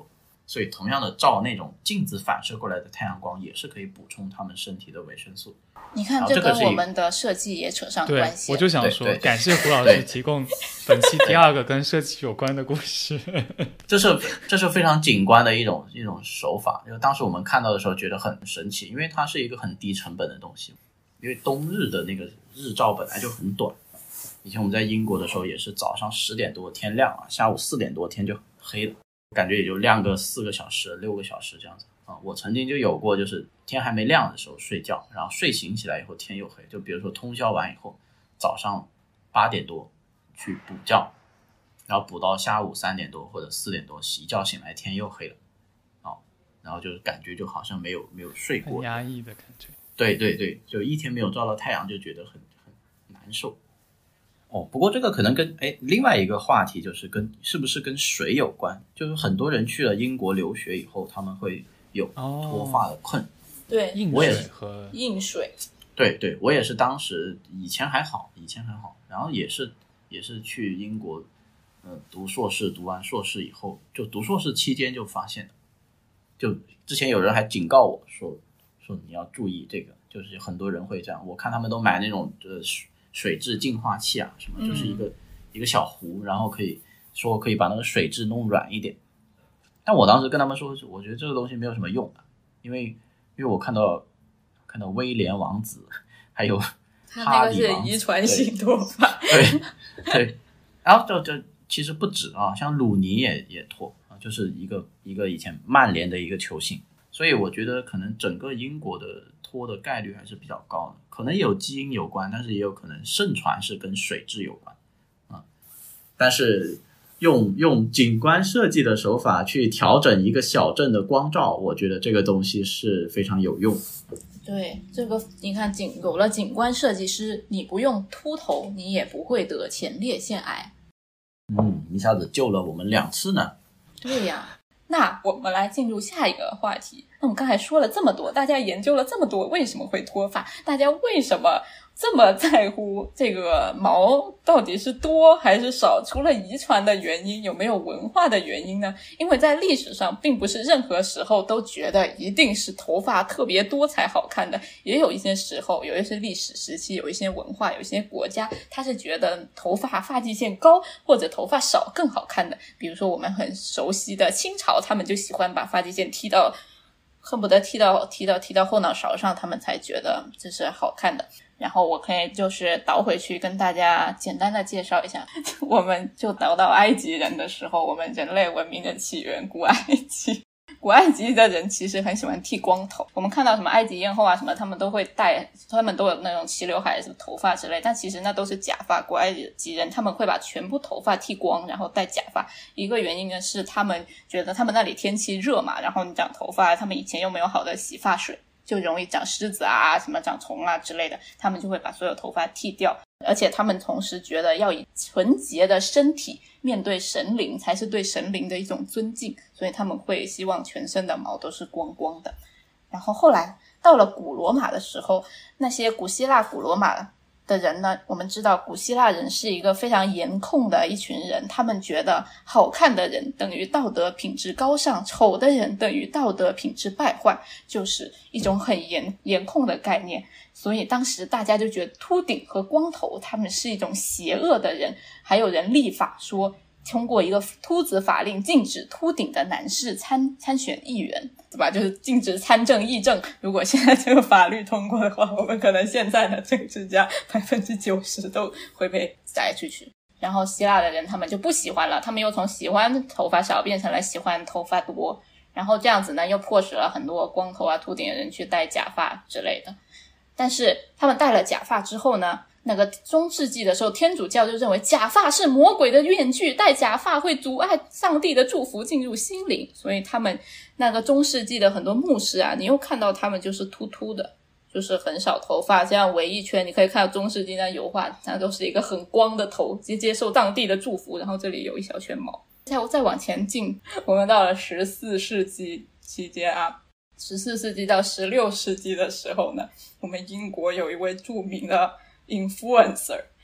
所以同样的照那种镜子反射过来的太阳光也是可以补充他们身体的维生素。 你看这跟我们的设计也扯上关系。 对，我就想说感谢胡老师提供本期第二个跟设计有关的故事。 这是这是非常景观的一种一种手法，就当时我们看到的时候觉得很神奇，因为它是一个很低成本的东西，因为冬日的那个日照本来就很短。以前我们在英国的时候也是早上十点多天亮啊，下午四点多天就黑了，感觉也就亮个四个小时六个小时这样子啊。我曾经就有过就是天还没亮的时候睡觉，然后睡醒起来以后天又黑，就比如说通宵完以后早上八点多去补觉，然后补到下午三点多或者四点多洗一觉醒来天又黑了啊，然后就是感觉就好像没有没有睡过， 很压抑的感觉。 对对对，就一天没有照到太阳就觉得很很难受。哦，不过这个可能跟哎另外一个话题就是跟是不是跟水有关？就是很多人去了英国留学以后，他们会有脱发的困。哦、 对， 硬我也水和硬水。 对对，我也是当时以前还好，以前还好，然后也是也是去英国，呃，读硕士，读完硕士以后，就读硕士期间就发现的，就之前有人还警告我说说你要注意这个，就是很多人会这样，我看他们都买那种呃。水质净化器啊什么，就是一个、嗯、一个小壶，然后可以说可以把那个水质弄软一点。但我当时跟他们说，我觉得这个东西没有什么用啊，因为因为我看到看到威廉王子还有哈里王子， 他那个是遗传性脱发， 对 对, 对，然后就就其实不止啊，像鲁尼也也脱啊，就是一个一个以前曼联的一个球星，所以我觉得可能整个英国的脱的概率还是比较高的，可能也有基因有关，但是也有可能盛传是跟水质有关啊。但是用用景观设计的手法去调整一个小镇的光照，我觉得这个东西是非常有用。 对，这个你看景有了景观设计师，你不用秃头，你也不会得前列腺癌。 嗯，一下子救了我们两次呢。 对呀。那我们来进入下一个话题。那我们刚才说了这么多，大家研究了这么多为什么会脱发，大家为什么这么在乎这个毛到底是多还是少，除了遗传的原因，有没有文化的原因呢？因为在历史上并不是任何时候都觉得一定是头发特别多才好看的，也有一些时候，有一些历史时期，有一些文化，有一些国家他是觉得头发发际线高或者头发少更好看的。比如说我们很熟悉的清朝，他们就喜欢把发际线剃到恨不得剃到剃到剃到后脑勺上，他们才觉得这是好看的。然后我可以就是倒回去跟大家简单的介绍一下，我们就倒到埃及人的时候，我们人类文明的起源古埃及。古埃及的人其实很喜欢剃光头，我们看到什么埃及艳后啊什么，他们都会戴，他们都有那种齐刘海什么头发之类，但其实那都是假发。古埃及人他们会把全部头发剃光，然后戴假发。一个原因呢是他们觉得他们那里天气热嘛，然后你长头发，他们以前又没有好的洗发水，就容易长虱子啊什么长虫啊之类的，他们就会把所有头发剃掉。而且他们同时觉得要以纯洁的身体面对神灵才是对神灵的一种尊敬，所以他们会希望全身的毛都是光光的。然后后来到了古罗马的时候，那些古希腊古罗马的人呢，我们知道古希腊人是一个非常严控的一群人，他们觉得好看的人等于道德品质高尚，丑的人等于道德品质败坏，就是一种很严严控的概念。所以当时大家就觉得秃顶和光头他们是一种邪恶的人，还有人立法说通过一个秃子法令禁止秃顶的男士参参选议员，对吧？就是禁止参政议政。如果现在这个法律通过的话，我们可能现在的政治家百分之九十都会被摘出去。然后希腊的人他们就不喜欢了，他们又从喜欢头发少变成了喜欢头发多，然后这样子呢又迫使了很多光头啊秃顶的人去戴假发之类的。但是他们戴了假发之后呢，那个中世纪的时候天主教就认为假发是魔鬼的怨具，戴假发会阻碍上帝的祝福进入心灵，所以他们那个中世纪的很多牧师啊，你又看到他们就是秃秃的，就是很少头发，这样围一圈你可以看到中世纪那油画，它都是一个很光的头，接接受上帝的祝福，然后这里有一小圈毛。再再往前进，我们到了十四世纪期间啊，十四世纪到十六世纪的时候呢，我们英国有一位著名的 influencer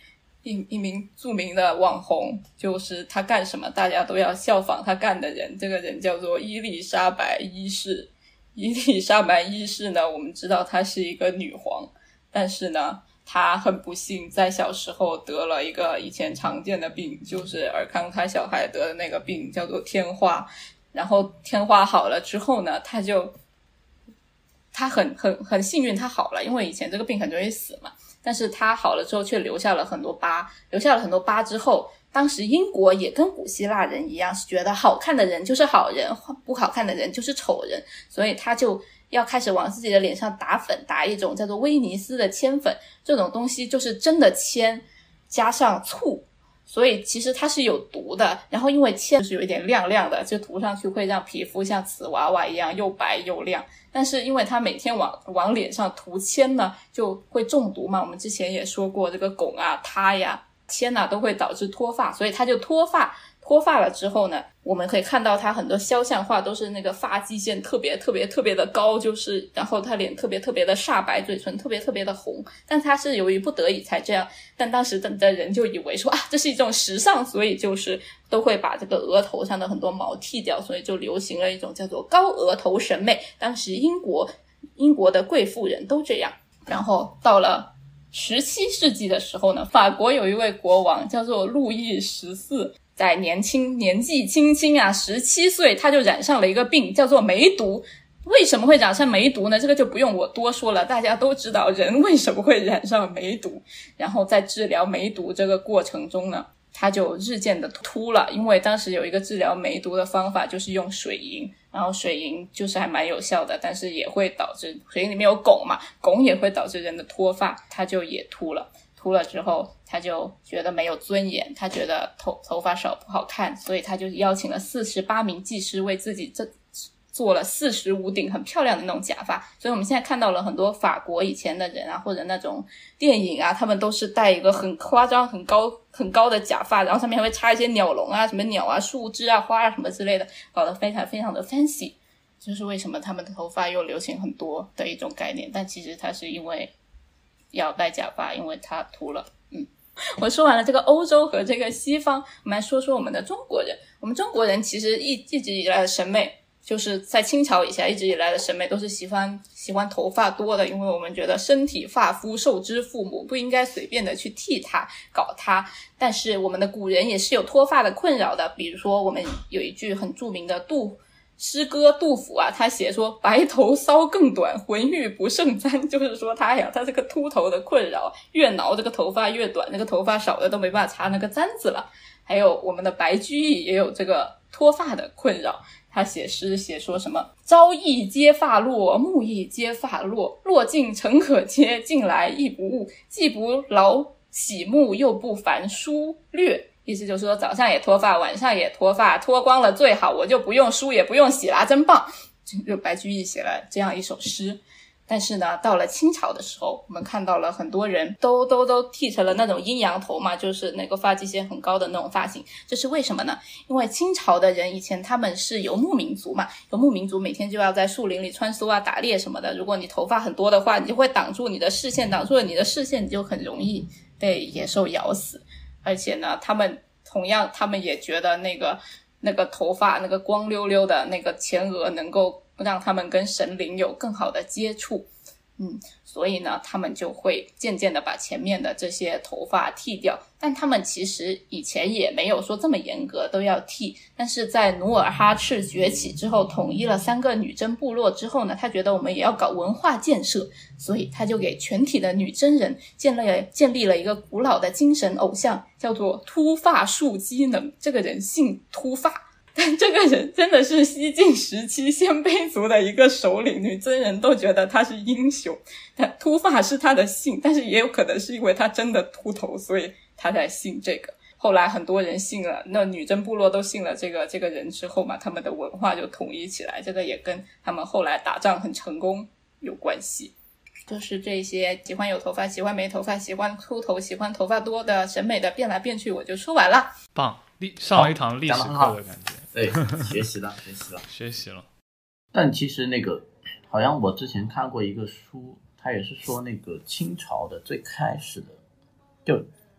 一一名著名的网红，就是他干什么大家都要效仿他干的人，这个人叫做伊丽莎白一世。伊丽莎白一世呢，我们知道她是一个女皇，但是呢她很不幸在小时候得了一个以前常见的病，就是尔康他小孩得的那个病叫做天花。然后天花好了之后呢，她就她很很很幸运她好了，因为以前这个病很容易死嘛，但是她好了之后却留下了很多疤，留下了很多疤之后，当时英国也跟古希腊人一样，是觉得好看的人就是好人，不好看的人就是丑人，所以他就要开始往自己的脸上打粉，打一种叫做威尼斯的铅粉，这种东西就是真的铅加上醋，所以其实它是有毒的，然后因为铅就是有一点亮亮的，就涂上去会让皮肤像瓷娃娃一样又白又亮，但是因为它每天往往脸上涂铅呢，就会中毒嘛，我们之前也说过这个汞啊、铊呀、铅啊都会导致脱发，所以它就脱发。脱发了之后呢，我们可以看到它很多肖像画都是那个发际线特别特别特别的高，就是然后他脸特别特别的煞白，嘴唇特别特别的红，但他是由于不得已才这样，但当时的人就以为说啊这是一种时尚，所以就是都会把这个额头上的很多毛剃掉，所以就流行了一种叫做高额头审美，当时英国英国的贵妇人都这样。然后到了十七世纪的时候呢，法国有一位国王叫做路易十四，在年轻年纪轻轻啊十七岁他就染上了一个病叫做梅毒。为什么会染上梅毒呢？这个就不用我多说了，大家都知道人为什么会染上梅毒。然后在治疗梅毒这个过程中呢，他就日渐的秃了，因为当时有一个治疗梅毒的方法就是用水银，然后水银就是还蛮有效的，但是也会导致水银里面有汞嘛，汞也会导致人的脱发，他就也秃了。秃了之后他就觉得没有尊严，他觉得头头发少不好看，所以他就邀请了四十八名技师为自己这做了四十五顶很漂亮的那种假发。所以我们现在看到了很多法国以前的人啊，或者那种电影啊，他们都是戴一个很夸张很高很高的假发，然后上面还会插一些鸟笼啊，什么鸟啊树枝啊花啊什么之类的，搞得非常非常的 fancy。 就是为什么他们的头发又流行很多的一种概念，但其实它是因为要戴假发，因为他秃了。嗯，我说完了这个欧洲和这个西方，我们来说说我们的中国人。我们中国人其实一一直以来的审美，就是在清朝以下一直以来的审美都是喜欢喜欢头发多的，因为我们觉得身体发肤受之父母，不应该随便的去剃它搞它。但是我们的古人也是有脱发的困扰的，比如说我们有一句很著名的杜诗歌杜甫啊，他写说白头搔更短，浑欲不胜簪，就是说他呀，他这个秃头的困扰，越挠这个头发越短，这个头发少的都没办法插那个簪子了。还有我们的白居易也有这个脱发的困扰，他写诗写说什么朝易皆发落，暮易皆发落，落尽诚可接，近来亦不误，既不劳洗目，又不烦疏略。意思就是说早上也脱发，晚上也脱发，脱光了最好，我就不用梳也不用洗啦，真棒。就白居易写了这样一首诗。但是呢，到了清朝的时候，我们看到了很多人都都都剃成了那种阴阳头嘛，就是那个发际线很高的那种发型。这是为什么呢？因为清朝的人以前他们是游牧民族嘛，游牧民族每天就要在树林里穿梭啊打猎什么的，如果你头发很多的话，你就会挡住你的视线，挡住了你的视线，你就很容易被野兽咬死。而且呢，他们同样他们也觉得那个那个头发那个光溜溜的那个前额能够让他们跟神灵有更好的接触。嗯，所以呢他们就会渐渐的把前面的这些头发剃掉，但他们其实以前也没有说这么严格都要剃。但是在努尔哈赤崛起之后，统一了三个女真部落之后呢，他觉得我们也要搞文化建设，所以他就给全体的女真人建立了建立了一个古老的精神偶像，叫做秃发树机能。这个人姓秃发，但这个人真的是西晋时期鲜卑族的一个首领，女真人都觉得他是英雄。但秃发是他的姓，但是也有可能是因为他真的秃头，所以他才姓这个。后来很多人信了，那女真部落都信了这个这个人之后嘛，他们的文化就统一起来，这个也跟他们后来打仗很成功有关系。就是这些喜欢有头发喜欢没头发喜欢秃头喜欢头发多的审美的变来变去我就说完了。 棒，上了一堂历史课的感觉。 对，学习了学习了学习了。 但其实那个好像我之前看过一个书，他也是说那个清朝的最开始的，就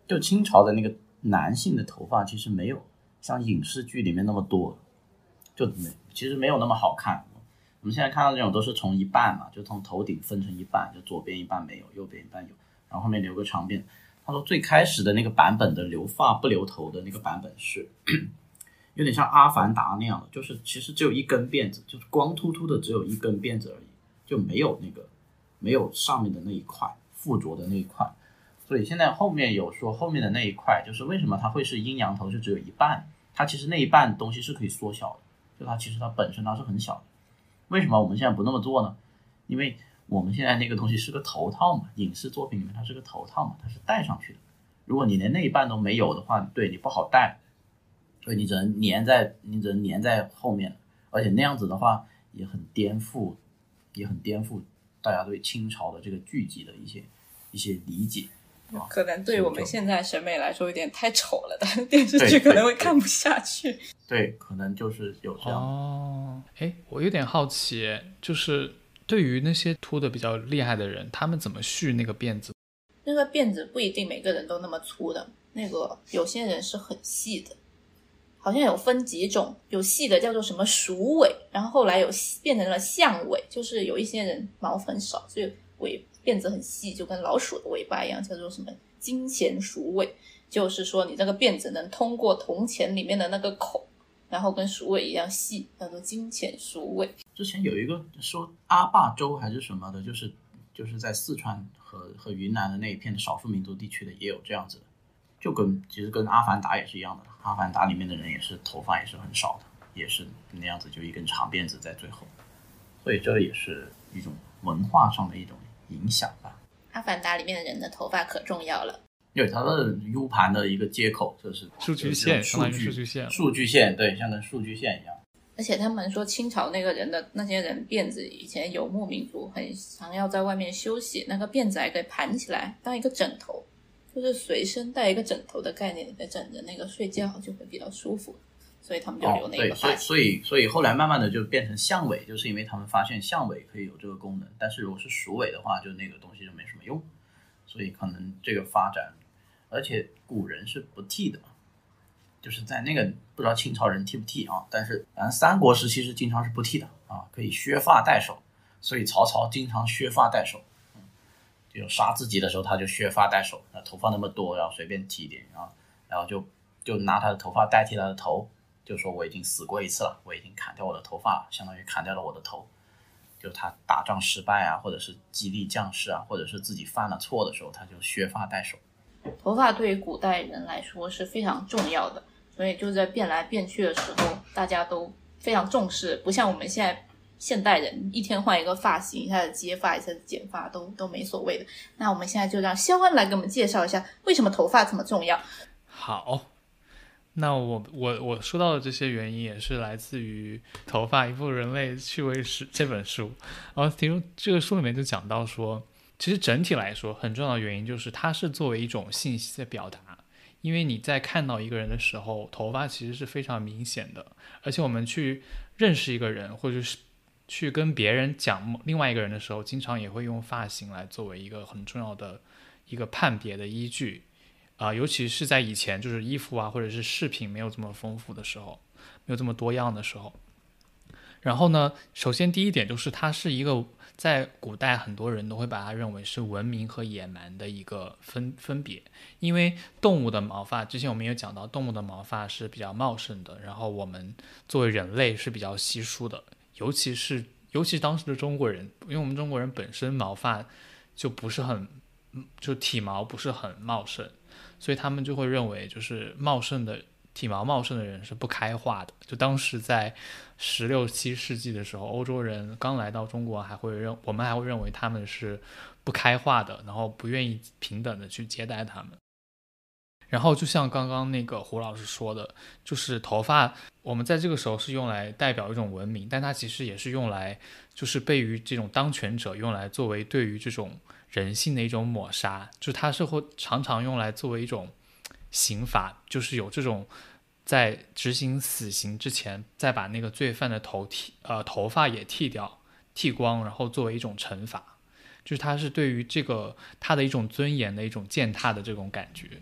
就清朝的那个男性的头发其实没有像影视剧里面那么多，就没其实没有那么好看。我们现在看到这种都是从一半嘛，就从头顶分成一半，就左边一半没有，右边一半有，然后后面留个长辫。他说最开始的那个版本的留发不留头的那个版本是有点像阿凡达那样的，就是其实只有一根辫子，就是光秃秃的只有一根辫子而已，就没有那个没有上面的那一块附着的那一块。所以现在后面有说后面的那一块就是为什么它会是阴阳头，就只有一半，它其实那一半东西是可以缩小的，就它其实它本身它是很小的。为什么我们现在不那么做呢？因为我们现在那个东西是个头套嘛，影视作品里面它是个头套嘛，它是戴上去的。如果你连那一半都没有的话，对你不好戴，所以你只能粘在你只能粘在后面，而且那样子的话也很颠覆，也很颠覆大家对清朝的这个剧集的一些一些理解。 可能对我们现在审美来说有点太丑了，但是电视剧可能会看不下去。 对, 对, 对，可能就是有这样的。 哦，哎，我有点好奇，就是对于那些秃的比较厉害的人，他们怎么续那个辫子？ 那个辫子不一定每个人都那么粗的，那个有些人是很细的，好像有分几种，有细的叫做什么鼠尾，然后后来有变成了象尾，就是有一些人毛很少，所以尾辫子很细，就跟老鼠的尾巴一样，叫做什么金钱鼠尾，就是说你这个辫子能通过铜钱里面的那个口，然后跟鼠尾一样细，叫做金钱鼠尾。 之前有一个说阿坝州还是什么的，就是就是在四川和和云南的那一片的少数民族地区的也有这样子的，就跟其实跟阿凡达也是一样的，阿凡达里面的人也是头发也是很少的，也是那样子，就一根长辫子在最后，所以这也是一种文化上的一种影响吧。 阿凡达里面的人的头发可重要了， 因为它的 U 盘的一个接口就是数据线， 相当于数据线， 数据线，对，像跟数据线一样。 而且他们说清朝那个人的那些人辫子，以前游牧民族很常要在外面休息，那个辫子还可以盘起来当一个枕头，就是随身带一个枕头的概念，你在枕着那个睡觉就会比较舒服，所以他们就留那个发型。 哦、对，所以所以所以后来慢慢的就变成象尾，就是因为他们发现象尾可以有这个功能，但是如果是鼠尾的话，就那个东西就没什么用，所以可能这个发展，而且古人是不剃的，就是在那个不知道清朝人剃不剃啊，但是反正三国时期是经常是不剃的啊，可以削发代首，所以曹操经常削发代首。就杀自己的时候他就削发代首，头发那么多然后随便剃一点，然后然后就就拿他的头发代替他的头，就说我已经死过一次了，我已经砍掉我的头发了，相当于砍掉了我的头。就他打仗失败啊，或者是激励将士啊，或者是自己犯了错的时候，他就削发代首。 头发对于古代人来说是非常重要的，所以就在变来变去的时候大家都非常重视，不像我们现在现代人一天换一个发型，一下子接发一下子剪发都都没所谓的。那我们现在就让肖恩来给我们介绍一下为什么头发这么重要。 好，那我我我说到的这些原因也是来自于《头发：一部人类趣味史》这本书，然后其中这个书里面就讲到说，其实整体来说很重要的原因就是它是作为一种信息的表达，因为你在看到一个人的时候，头发其实是非常明显的，而且我们去认识一个人或者是去跟别人讲另外一个人的时候，经常也会用发型来作为一个很重要的一个判别的依据啊、呃，尤其是在以前就是衣服啊或者是饰品没有这么丰富的时候，没有这么多样的时候。然后呢，首先第一点就是它是一个在古代很多人都会把它认为是文明和野蛮的一个分分别，因为动物的毛发之前我们也讲到，动物的毛发是比较茂盛的，然后我们作为人类是比较稀疏的，尤其是尤其当时的中国人，因为我们中国人本身毛发就不是很就体毛不是很茂盛，所以他们就会认为就是茂盛的体毛茂盛的人是不开化的。就当时在十六七世纪的时候，欧洲人刚来到中国，还会认我们还会认为他们是不开化的，然后不愿意平等的去接待他们。然后就像刚刚那个胡老师说的，就是头发我们在这个时候是用来代表一种文明，但它其实也是用来就是被于这种当权者用来作为对于这种人性的一种抹杀，就是它是会常常用来作为一种刑罚，就是有这种在执行死刑之前再把那个罪犯的头剃呃头发也剃掉剃光，然后作为一种惩罚，就是它是对于这个他的一种尊严的一种践踏的这种感觉。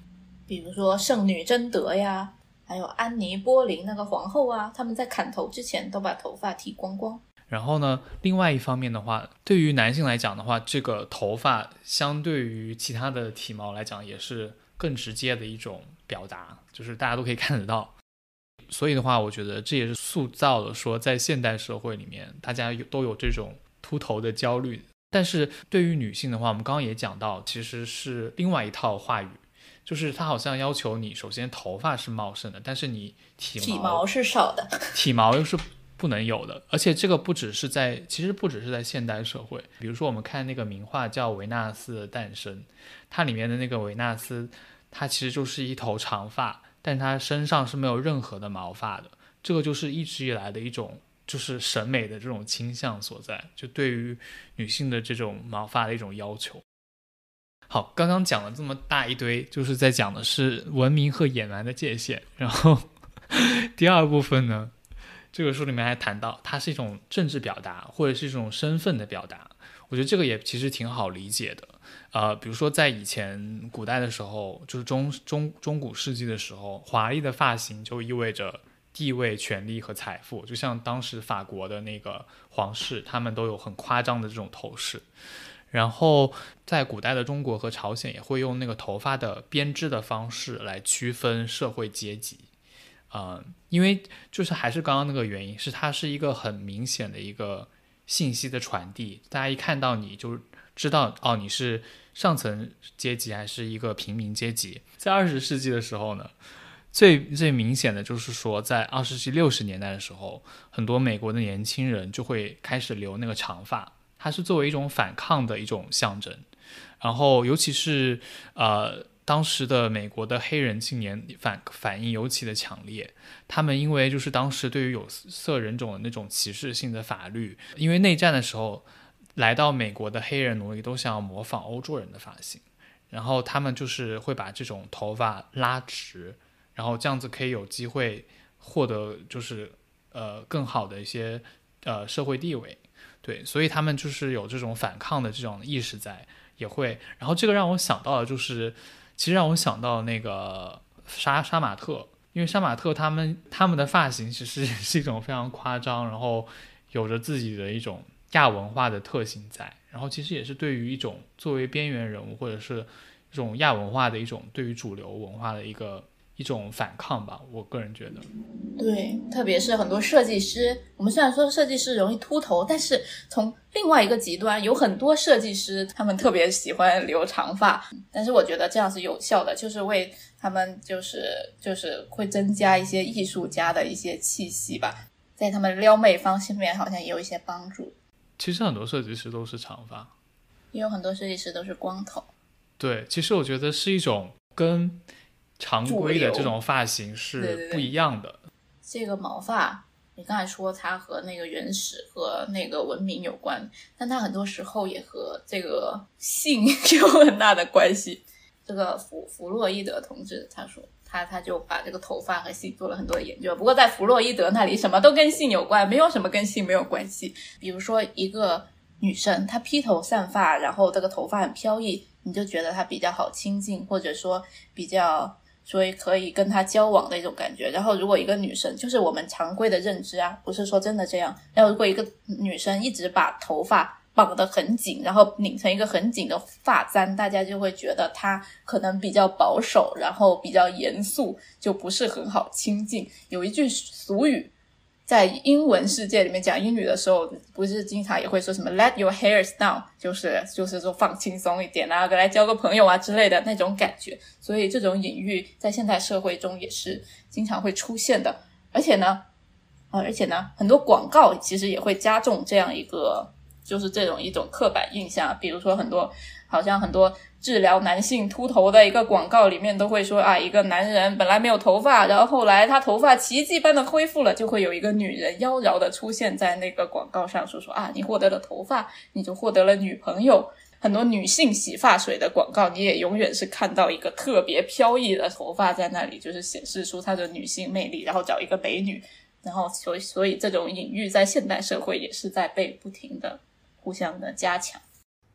比如说圣女贞德呀，还有安妮波林那个皇后啊，他们在砍头之前都把头发剃光光。 然后呢，另外一方面的话，对于男性来讲的话，这个头发相对于其他的体毛来讲也是更直接的一种表达，就是大家都可以看得到。所以的话，我觉得这也是塑造了说在现代社会里面大家都有这种秃头的焦虑。但是对于女性的话，我们刚刚也讲到，其实是另外一套话语，就是它好像要求你首先头发是茂盛的，但是你体毛体毛是少的， 体毛又是不能有的。而且这个不只是在其实不只是在现代社会，比如说我们看那个名画叫维纳斯的诞生，它里面的那个维纳斯，它其实就是一头长发，但它身上是没有任何的毛发的。这个就是一直以来的一种就是审美的这种倾向所在，就对于女性的这种毛发的一种要求。好，刚刚讲了这么大一堆，就是在讲的是文明和野蛮的界限。然后第二部分呢，这个书里面还谈到它是一种政治表达，或者是一种身份的表达。我觉得这个也其实挺好理解的。呃，比如说在以前古代的时候，就是中中中古世纪的时候，华丽的发型就意味着地位、权力和财富。就像当时法国的那个皇室，他们都有很夸张的这种头饰。然后在古代的中国和朝鲜也会用那个头发的编织的方式来区分社会阶级。呃，因为就是还是刚刚那个原因，是它是一个很明显的一个信息的传递，大家一看到你就知道哦，你是上层阶级还是一个平民阶级。在二十世纪的时候呢，最最明显的就是说，在二十世纪六十年代的时候，很多美国的年轻人就会开始留那个长发，它是作为一种反抗的一种象征。然后尤其是呃当时的美国的黑人青年反反应尤其的强烈，他们因为就是当时对于有色人种的那种歧视性的法律，因为内战的时候来到美国的黑人奴隶都想要模仿欧洲人的发型，然后他们就是会把这种头发拉直，然后这样子可以有机会获得就是呃更好的一些呃社会地位。对，所以他们就是有这种反抗的这种意识在，也会。然后这个让我想到的就是其实让我想到那个杀杀马特，因为杀马特他们他们的发型其实是一种非常夸张，然后有着自己的一种亚文化的特性在，然后其实也是对于一种作为边缘人物或者是一种亚文化的一种对于主流文化的一个一种反抗吧，我个人觉得。 对，特别是很多设计师，我们虽然说设计师容易秃头，但是从另外一个极端，有很多设计师他们特别喜欢留长发，但是我觉得这样是有效的，就是为他们就是就是会增加一些艺术家的一些气息吧，在他们撩妹方面好像也有一些帮助。 其实很多设计师都是长发， 也有很多设计师都是光头。 对，其实我觉得是一种跟常规的这种发型是不一样的。对对对， 这个毛发你刚才说它和那个原始和那个文明有关，但它很多时候也和这个性有很大的关系。这个弗弗洛伊德同志他说他他就把这个头发和性做了很多的研究，不过在弗洛伊德那里什么都跟性有关，没有什么跟性没有关系。比如说一个女生她披头散发，然后这个头发很飘逸，你就觉得她比较好亲近，或者说比较所以可以跟她交往的一种感觉。然后如果一个女生，就是我们常规的认知啊，不是说真的这样，然后如果一个女生一直把头发绑得很紧，然后拧成一个很紧的发簪，大家就会觉得她可能比较保守，然后比较严肃，就不是很好亲近。有一句俗语在英文世界里面讲英语的时候，不是经常也会说什么 let your hairs down， 就是就是说放轻松一点啊，来交个朋友啊之类的那种感觉。所以这种隐喻在现代社会中也是经常会出现的。而且呢呃，而且呢很多广告其实也会加重这样一个就是这种一种刻板印象。比如说很多好像很多治疗男性秃头的一个广告里面都会说啊，一个男人本来没有头发，然后后来他头发奇迹般的恢复了，就会有一个女人妖娆的出现在那个广告上，说说啊，你获得了头发，你就获得了女朋友。很多女性洗发水的广告，你也永远是看到一个特别飘逸的头发在那里，就是显示出她的女性魅力，然后找一个美女。然后所以所以这种隐喻在现代社会也是在被不停的互相的加强。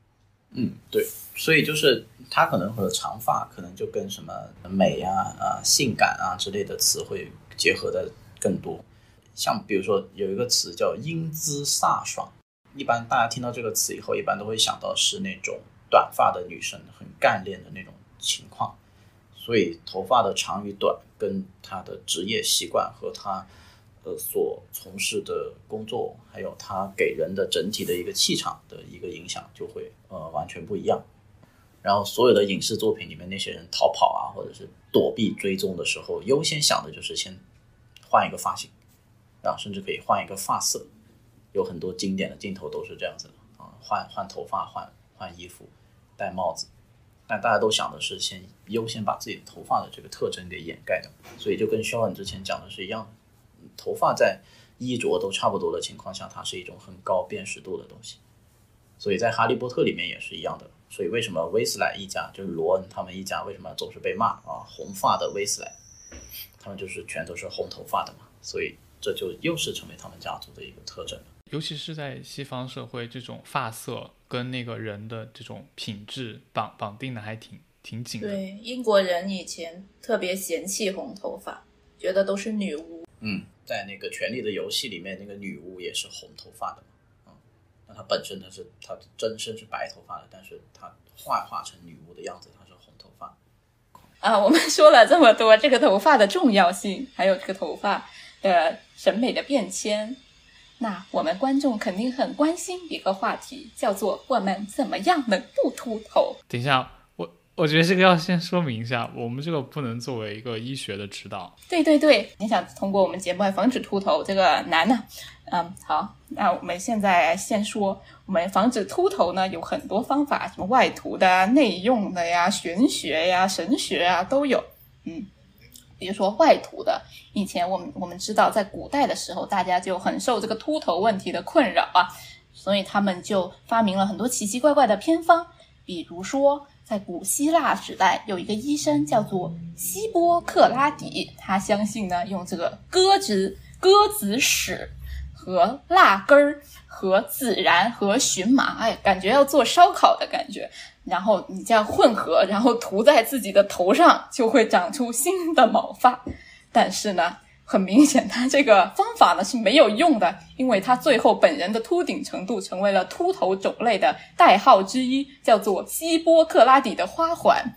嗯，对，所以就是它可能和长发可能就跟什么美啊、啊性感啊之类的词汇结合的更多。像比如说有一个词叫英姿飒爽，一般大家听到这个词以后，一般都会想到是那种短发的女生很干练的那种情况。所以头发的长与短跟她的职业习惯和她呃所从事的工作，还有她给人的整体的一个气场的一个影响就会呃完全不一样。然后所有的影视作品里面那些人逃跑啊或者是躲避追踪的时候，优先想的就是先换一个发型，然后甚至可以换一个发色，有很多经典的镜头都是这样子的啊，换换头发，换换衣服，戴帽子。但大家都想的是先优先把自己的头发的这个特征给掩盖掉，所以就跟肖恩之前讲的是一样的，头发在衣着都差不多的情况下，它是一种很高辨识度的东西。所以在哈利波特里面也是一样的，所以为什么威斯莱一家就是罗恩他们一家为什么总是被骂啊？红发的威斯莱，他们就是全都是红头发的嘛，所以这就又是成为他们家族的一个特征了。 尤其是在西方社会，这种发色跟那个人的这种品质绑绑定的还挺挺紧的。 对，英国人以前特别嫌弃红头发，觉得都是女巫。 嗯，在那个《权力的游戏》里面，那个女巫也是红头发的嘛。嗯，那她本身她是她真身是白头发的，但是她幻化成女巫的样子，她是红头发。 啊，我们说了这么多这个头发的重要性，还有这个头发的审美的变迁。那我们观众肯定很关心一个话题，叫做我们怎么样能不秃头。 等一下，我我觉得这个要先说明一下，我们这个不能作为一个医学的指导。 对对对，你想通过我们节目来防止秃头，这个难呢。嗯，好，那我们现在先说，我们防止秃头呢有很多方法，什么外涂的、内用的呀、玄学呀、神学啊都有。嗯。比如说外涂的，以前我们我们知道在古代的时候，大家就很受这个秃头问题的困扰啊，所以他们就发明了很多奇奇怪怪的偏方。比如说在古希腊时代，有一个医生叫做希波克拉底，他相信呢用这个鸽子鸽子屎和蜡根儿和孜然和荨麻，哎，感觉要做烧烤的感觉，然后你这样混合，然后涂在自己的头上，就会长出新的毛发。但是呢，很明显他这个方法呢是没有用的，因为他最后本人的秃顶程度成为了秃头种类的代号之一，叫做希波克拉底的花环。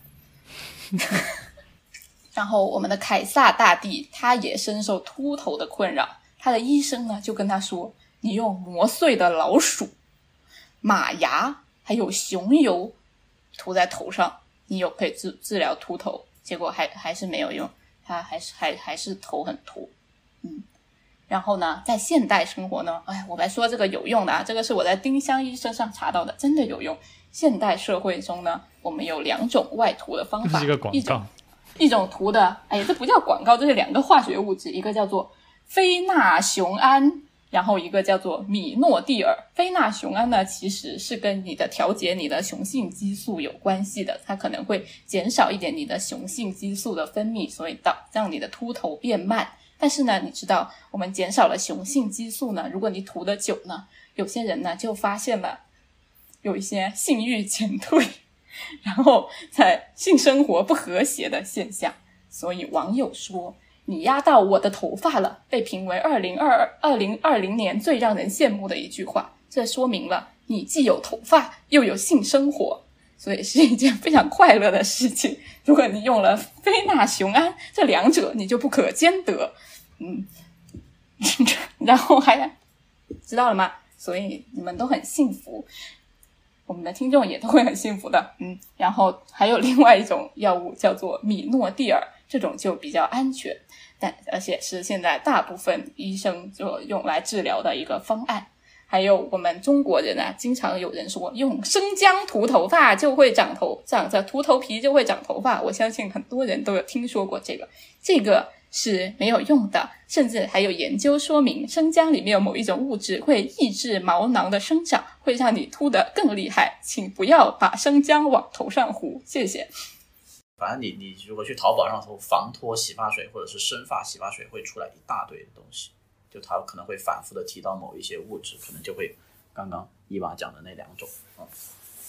然后我们的凯撒大帝他也深受秃头的困扰，他的医生呢就跟他说，你用磨碎的老鼠、马牙还有熊油涂在头上，你有可以治治疗秃头。结果还还是没有用，他还是还还是头很秃。嗯，然后呢，在现代生活呢，哎，我来说这个有用的啊，这个是我在丁香医生上查到的，真的有用。现代社会中呢，我们有两种外涂的方法， 这是一个广告。 一种涂的，哎，这不叫广告，这是两个化学物质，一个叫做非那雄胺，然后一个叫做米诺地尔。非那雄胺呢，其实是跟你的调节你的雄性激素有关系的，它可能会减少一点你的雄性激素的分泌，所以导让你的秃头变慢。但是呢，你知道我们减少了雄性激素呢，如果你涂的久呢，有些人呢就发现了有一些性欲减退，然后在性生活不和谐的现象。所以网友说，你压到我的头发了，被评为二零二零年最让人羡慕的一句话。这说明了你既有头发又有性生活，所以是一件非常快乐的事情。如果你用了非那雄胺，这两者你就不可兼得。嗯，然后还知道了吗？所以你们都很幸福，我们的听众也都会很幸福的。嗯，然后还有另外一种药物叫做米诺地尔，这种就比较安全，但而且是现在大部分医生就用来治疗的一个方案。还有我们中国人啊，经常有人说用生姜涂头发就会长头长着涂头皮就会长头发，我相信很多人都有听说过这个。这个是没有用的，甚至还有研究说明生姜里面有某一种物质会抑制毛囊的生长，会让你秃得更厉害，请不要把生姜往头上糊，谢谢。 反正你你如果去淘宝上搜防脱洗发水或者是生发洗发水，会出来一大堆的东西，就它可能会反复的提到某一些物质，可能就会刚刚伊娃讲的那两种、嗯、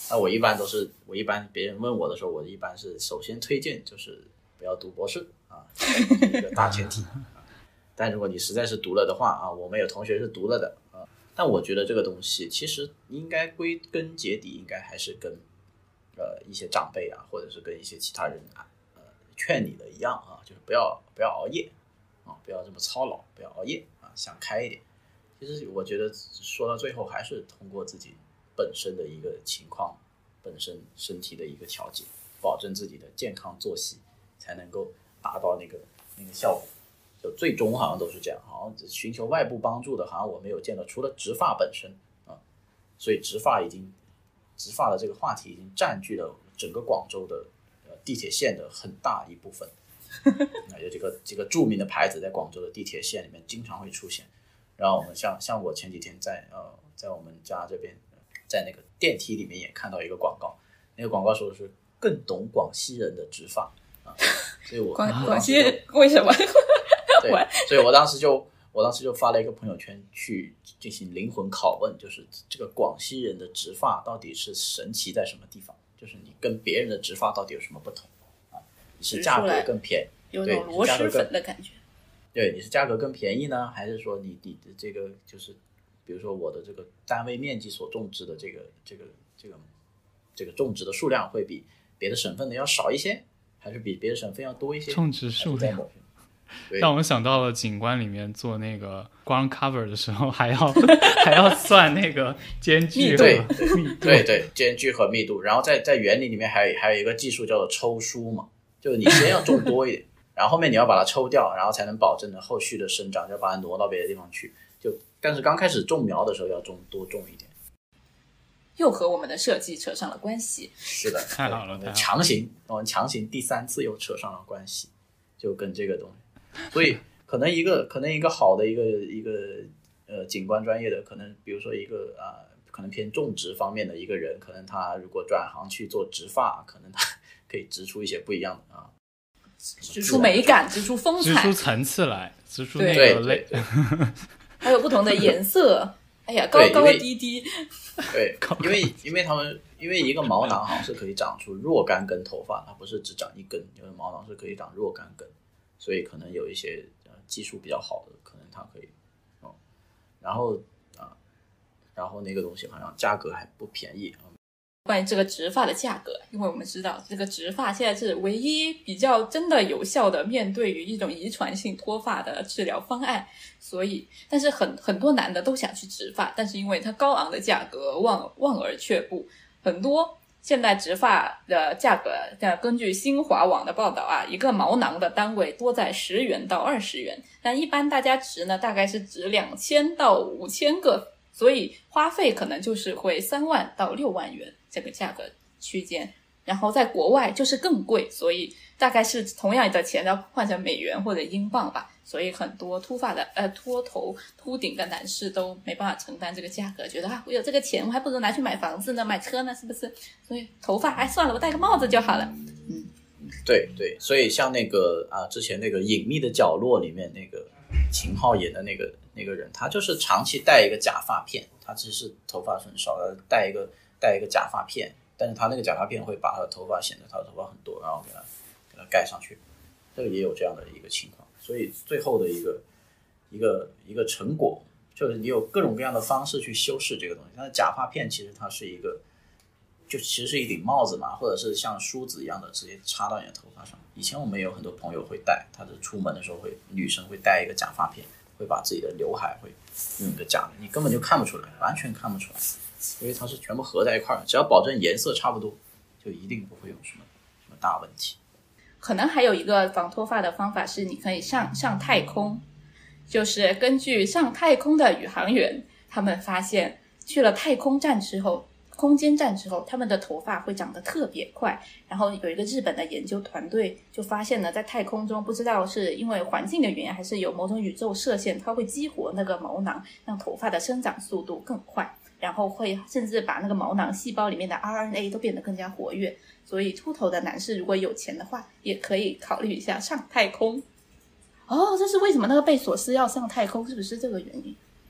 那我一般都是，我一般别人问我的时候，我一般是首先推荐就是不要读博士啊，这是一个大前提。但如果你实在是读了的话啊，我们有同学是读了的啊，但我觉得这个东西其实应该归根结底，应该还是跟呃一些长辈啊，或者是跟一些其他人啊，呃劝你的一样啊，就是不要不要熬夜啊，不要这么操劳，不要熬夜啊，想开一点。其实我觉得说到最后，还是通过自己本身的一个情况，本身身体的一个调节，保证自己的健康作息，才能够达到那个那个效果。就最终好像都是这样，好像寻求外部帮助的，好像我没有见到，除了植发本身啊，所以植发已经植发的这个话题已经占据了整个广州的呃地铁线的很大一部分。有这个这个著名的牌子在广州的地铁线里面经常会出现。然后我们像像我前几天在呃在我们家这边，在那个电梯里面也看到一个广告，那个广告说的是更懂广西人的植发啊，所以我广广西人为什么？ 对，所以我当时就我当时就发了一个朋友圈去进行灵魂拷问，就是这个广西人的植发到底是神奇在什么地方？就是你跟别人的植发到底有什么不同啊？你是价格更便宜， 有种螺蛳粉的感觉。 对，你是价格更便宜呢，还是说你你的这个就是，比如说我的这个单位面积所种植的这个这个这个这个种植的数量会比别的省份的要少一些，还是比别的省份要多一些？ 种植数量让我想到了景观里面做那个 ground cover 的时候，还要还要算那个间距和密度， 对对，间距和密度。然后在在园林里面还有还有一个技术叫做抽疏嘛，就是你先要种多一点。然后后面你要把它抽掉，然后才能保证的后续的生长，要把它挪到别的地方去。就但是刚开始种苗的时候要种多种一点， 又和我们的设计扯上了关系。 是的， 太好了， 强行我们强行第三次又扯上了关系，就跟这个东西。所以可能一个可能一个好的一个一个呃景观专业的，可能比如说一个啊、呃、可能偏种植方面的一个人，可能他如果转行去做植发，可能他可以植出一些不一样的啊。 植出美感，植出风采， 植出层次来，植出那个类， 还有不同的颜色。哎呀，高高低低。 对，因为因为他们因为一个毛囊好像是可以长出若干根头发，它不是只长一根，因为毛囊是可以长若干根，所以可能有一些、呃、技术比较好的，可能它可以，嗯，然后啊、呃，然后那个东西好像价格还不便宜啊。 关于这个植发的价格，因为我们知道这个植发现在是唯一比较真的有效的面对于一种遗传性脱发的治疗方案，所以但是很很多男的都想去植发，但是因为它高昂的价格望望而却步。很多现在植发的价格，根据新华网的报道啊，一个毛囊的单位多在十元到二十元，但一般大家植呢大概是植两千到五千个，所以花费可能就是会三万到六万元这个价格区间，然后在国外就是更贵，所以大概是同样的钱要换成美元或者英镑吧，所以很多秃发的呃秃头秃顶的男士都没办法承担这个价格，觉得啊我有这个钱我还不如拿去买房子呢买车呢，是不是？所以头发哎算了我戴个帽子就好了。嗯， 对对，所以像那个啊之前那个隐秘的角落里面那个秦昊演的那个那个人，他就是长期戴一个假发片，他其实头发很少的，戴一个戴一个假发片，但是他那个假发片会把他的头发显得他的头发很多，然后给他给他盖上去，这个也有这样的一个情况。所以最后的一个一个一个成果，就是你有各种各样的方式去修饰这个东西。但是假发片其实它是一个，就其实是一顶帽子嘛，或者是像梳子一样的直接插到你的头发上。以前我们也有很多朋友会戴，他是出门的时候会，女生会戴一个假发片，会把自己的刘海会用一个假的，你根本就看不出来，完全看不出来。因为它是全部合在一块儿，只要保证颜色差不多，就一定不会有什么什么大问题。 可能还有一个防脱发的方法是，你可以上上太空，就是根据上太空的宇航员，他们发现去了太空站之后，空间站之后，他们的头发会长得特别快。然后有一个日本的研究团队就发现呢，在太空中不知道是因为环境的原因，还是有某种宇宙射线，它会激活那个毛囊，让头发的生长速度更快。然后会甚至把那个毛囊细胞里面的 R N A 都变得更加活跃，所以秃头的男士如果有钱的话，也可以考虑一下上太空。哦，这是为什么那个贝索斯要上太空，是不是这个原因？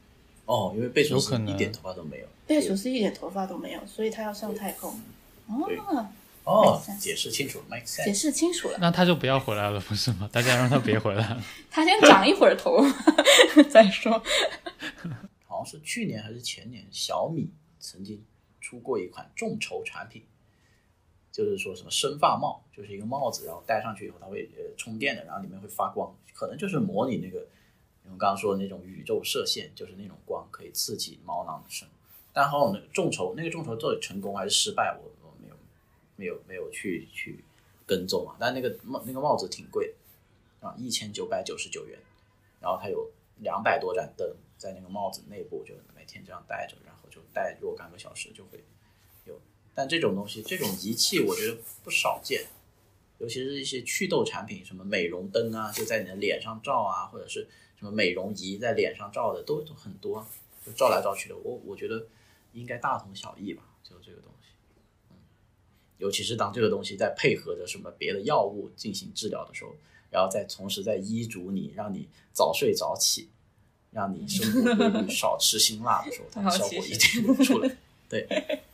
哦，因为贝索斯有可能一点头发都没有。 贝索斯一点头发都没有，所以他要上太空。 对哦， 哦 make sense 解释清楚 ，make 解 sense。 释清楚了。 那他就不要回来了，不是吗？大家让他别回来了。 他先长一会儿头再说。 好像是去年还是前年，小米曾经出过一款众筹产品，就是说什么生发帽，就是一个帽子，然后戴上去以后它会呃充电的，然后里面会发光，可能就是模拟那个我们刚刚说的那种宇宙射线，就是那种光可以刺激毛囊生。但后来众筹那个众筹到底成功还是失败，我我没有没有没有去去跟踪啊。但那个帽那个帽子挺贵啊，一千九百九十九元，然后它有两百多盏灯在那个帽子内部，就每天这样戴着，然后就戴若干个小时就会有。但这种东西，这种仪器我觉得不少见，尤其是一些祛痘产品，什么美容灯啊，就在你的脸上照啊，或者是什么美容仪在脸上照的，都都很多，就照来照去的。我我觉得应该大同小异吧，就这个东西。嗯，尤其是当这个东西在配合着什么别的药物进行治疗的时候，然后再同时在医嘱你，让你早睡早起，让你生活规律，少吃辛辣的时候，它的效果一定会出来。对。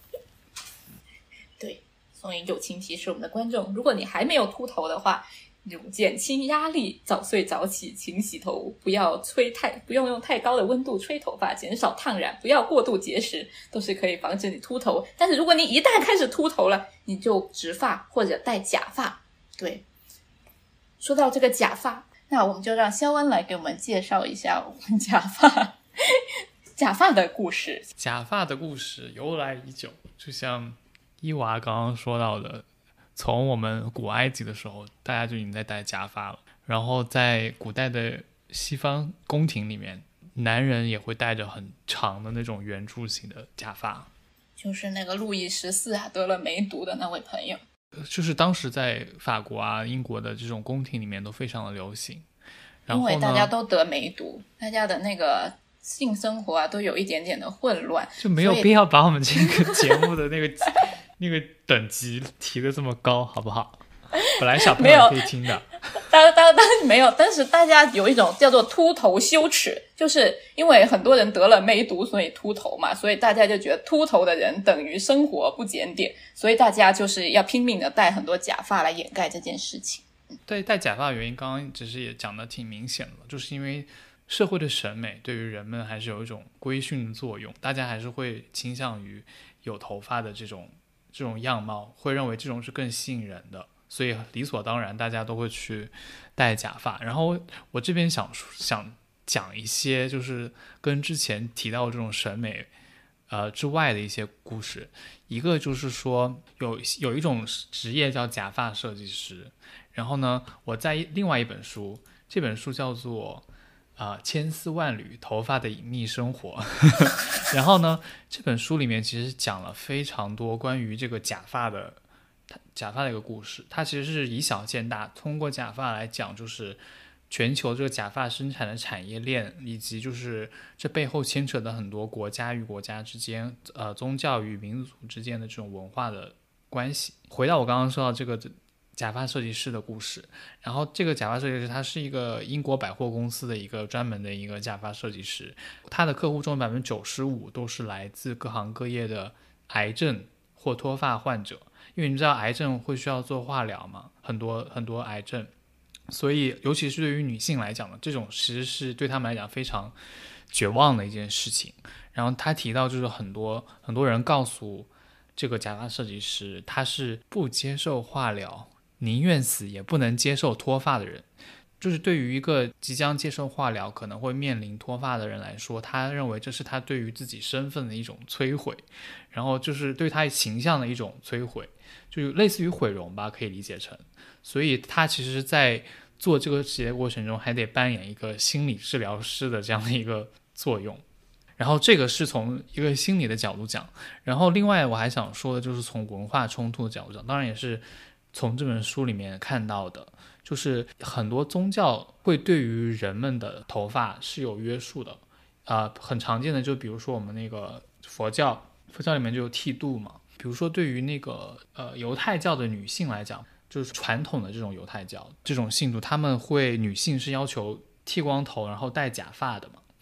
对，所以友情提示我们的观众，如果你还没有秃头的话，就减轻压力，早睡早起，勤洗头，不要吹太，不用用太高的温度吹头发，减少烫染，不要过度节食，都是可以防止你秃头。但是如果你一旦开始秃头了，你就植发或者戴假发。对，说到这个假发，那我们就让肖恩来给我们介绍一下我们假发假发的故事。 假发的故事由来已久，就像伊娃刚刚说到的，从我们古埃及的时候，大家就已经在戴假发了。然后在古代的西方宫廷里面，男人也会戴着很长的那种圆柱形的假发， 就是那个路易十四啊得了梅毒的那位朋友， 就是当时在法国啊、英国的这种宫廷里面都非常的流行。然后呢， 因为大家都得梅毒，大家的那个性生活啊都有一点点的混乱， 就没有必要把我们这个节目的那个那个等级提得这么高，好不好？本来小朋友可以听的。 当当当没有，但是大家有一种叫做秃头羞耻，就是因为很多人得了梅毒，所以秃头嘛，所以大家就觉得秃头的人等于生活不检点，所以大家就是要拼命的戴很多假发来掩盖这件事情。 对，戴假发的原因刚刚其实也讲得挺明显的，就是因为社会的审美对于人们还是有一种规训的作用，大家还是会倾向于有头发的这种这种样貌，会认为这种是更吸引人的，所以理所当然大家都会去戴假发。然后我这边想想讲一些就是跟之前提到的这种审美呃之外的一些故事。一个就是说有有一种职业叫假发设计师，然后呢我在另外一本书，这本书叫做啊、呃，千丝万缕头发的隐秘生活然后呢这本书里面其实讲了非常多关于这个假发的假发的一个故事，它其实是以小见大，通过假发来讲就是全球这个假发生产的产业链，以及就是这背后牵扯的很多国家与国家之间呃宗教与民族之间的这种文化的关系。回到我刚刚说到这个假发设计师的故事，然后这个假发设计师他是一个英国百货公司的一个专门的一个假发设计师，他的客户中百分之九十五都是来自各行各业的癌症或脱发患者，因为你知道癌症会需要做化疗嘛，很多很多癌症，所以尤其是对于女性来讲呢，这种其实是对他们来讲非常绝望的一件事情。然后他提到就是很多很多人告诉这个假发设计师，他是不接受化疗，宁愿死也不能接受脱发的人。就是对于一个即将接受化疗可能会面临脱发的人来说，他认为这是他对于自己身份的一种摧毁，然后就是对他形象的一种摧毁，就类似于毁容吧，可以理解成。所以他其实在做这个职业过程中还得扮演一个心理治疗师的这样的一个作用，然后这个是从一个心理的角度讲。然后另外我还想说的就是从文化冲突的角度讲，当然也是从这本书里面看到的，就是很多宗教会对于人们的头发是有约束的，呃，很常见的就比如说我们那个佛教，佛教里面就有剃度嘛。比如说对于那个呃犹太教的女性来讲，就是传统的这种犹太教这种信徒，他们会女性是要求剃光头然后戴假发的嘛。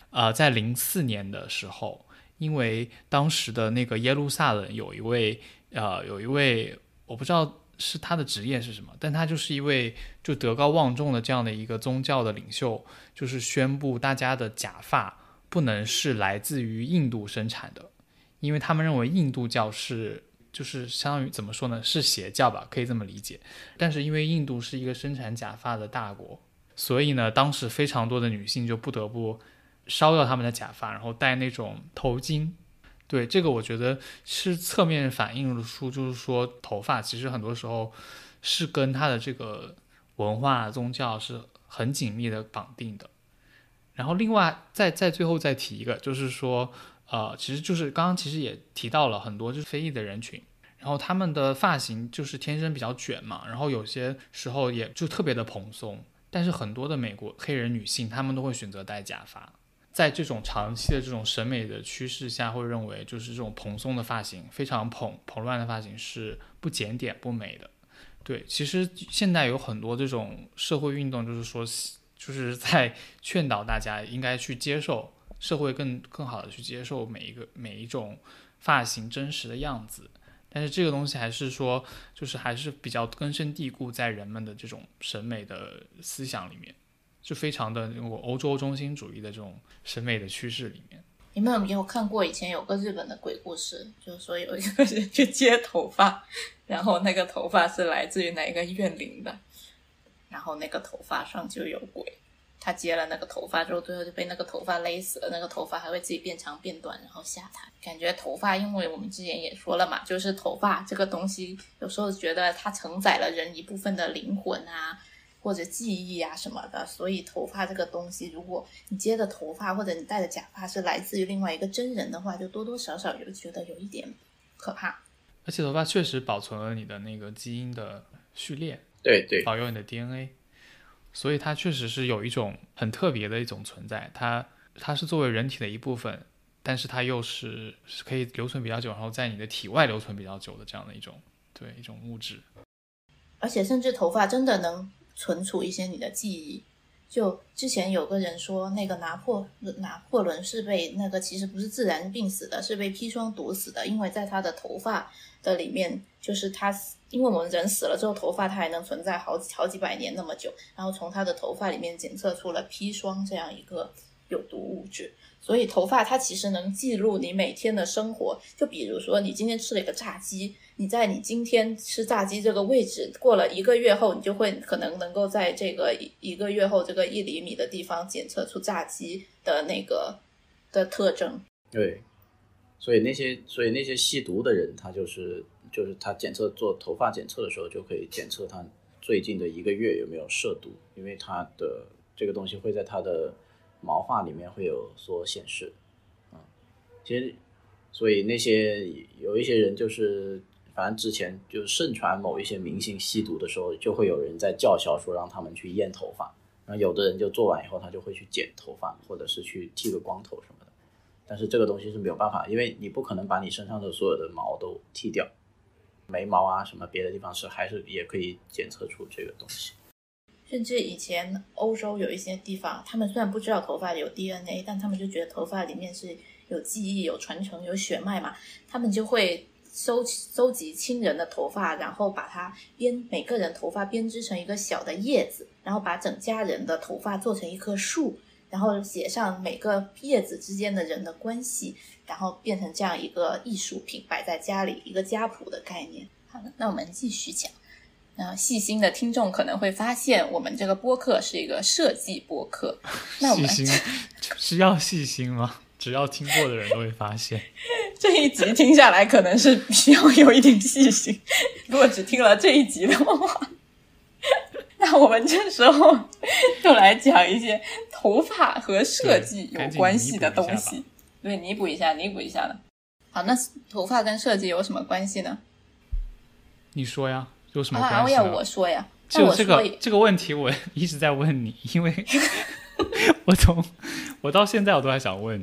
呃，在零四年的时候，因为当时的那个耶路撒冷有一位呃有一位我不知道是他的职业是什么，但他就是一位就德高望重的这样的一个宗教的领袖，就是宣布大家的假发不能是来自于印度生产的，因为他们认为印度教是就是相当于怎么说呢，是邪教吧，可以这么理解。但是因为印度是一个生产假发的大国，所以呢当时非常多的女性就不得不烧掉他们的假发，然后戴那种头巾。对，这个我觉得是侧面反映出就是说头发其实很多时候是跟他的这个文化宗教是很紧密的绑定的。然后另外再再最后再提一个，就是说呃，其实就是刚刚其实也提到了很多就是非裔的人群，然后他们的发型就是天生比较卷嘛，然后有些时候也就特别的蓬松，但是很多的美国黑人女性她们都会选择戴假发。在这种长期的这种审美的趋势下，会认为就是这种蓬松的发型，非常蓬蓬乱的发型是不检点不美的。对，其实现在有很多这种社会运动，就是说就是在劝导大家应该去接受社会更更好的去接受每一个每一种发型真实的样子。但是这个东西还是说就是还是比较根深蒂固在人们的这种审美的思想里面，就非常的欧洲中心主义的这种审美的趋势里面。 你们有没有看过以前有个日本的鬼故事，就是说有一个人去接头发，然后那个头发是来自于哪个怨灵的，然后那个头发上就有鬼，他接了那个头发之后，最后就被那个头发勒死了，那个头发还会自己变长变短然后下台。感觉头发，因为我们之前也说了嘛，就是头发这个东西有时候觉得它承载了人一部分的灵魂啊或者记忆啊什么的，所以头发这个东西，如果你接的头发或者你戴的假发是来自于另外一个真人的话，就多多少少有觉得有一点可怕。 而且头发确实保存了你的那个基因的序列， 对对， 保有你的 D N A， 所以它确实是有一种很特别的一种存在，它它是作为人体的一部分，但是它又是是可以留存比较久，然后在你的体外留存比较久的这样的一种对一种物质。 而且甚至头发真的能存储一些你的记忆。就之前有个人说那个拿破拿破仑是被那个其实不是自然病死的，是被砒霜毒死的，因为在他的头发的里面，就是他因为我们人死了之后头发它还能存在好几好几百年那么久，然后从他的头发里面检测出了砒霜这样一个有毒物质。所以头发它其实能记录你每天的生活，就比如说你今天吃了一个炸鸡，你在你今天吃炸鸡这个位置过了一个月后，你就会可能能够在这个一个月后这个一厘米的地方检测出炸鸡的那个的特征。 对，所以那些所以那些吸毒的人，他就是就是他检测做头发检测的时候，就可以检测他最近的一个月有没有涉毒，因为他的这个东西会在他的毛发里面会有所显示。嗯，其实所以那些有一些人就是反正之前就是盛传某一些明星吸毒的时候，就会有人在叫嚣说让他们去验头发，然后有的人就做完以后他就会去剪头发，或者是去剃个光头什么的。但是这个东西是没有办法，因为你不可能把你身上的所有的毛都剃掉，眉毛啊什么别的地方是还是也可以检测出这个东西。 甚至以前欧洲有一些地方，他们虽然不知道头发有 D N A， 但他们就觉得头发里面是有记忆有传承有血脉嘛，他们就会收收集亲人的头发，然后把它编每个人头发编织成一个小的叶子，然后把整家人的头发做成一棵树，然后写上每个叶子之间的人的关系，然后变成这样一个艺术品摆在家里，一个家谱的概念。好了，那我们继续讲。那细心的听众可能会发现我们这个播客是一个设计播客。那我们细心是要细心吗？只要听过的人都会发现这一集听下来可能是需要有一点细心，如果只听了这一集的话那我们这时候就来讲一些头发和设计有关系的东西。对，弥补一下弥补一下的。好，那头发跟设计有什么关系呢？ 你说呀，有什么关系呢？ 啊，要我说呀。 就这个这个问题我一直在问你，因为我从我到现在我都还想问你。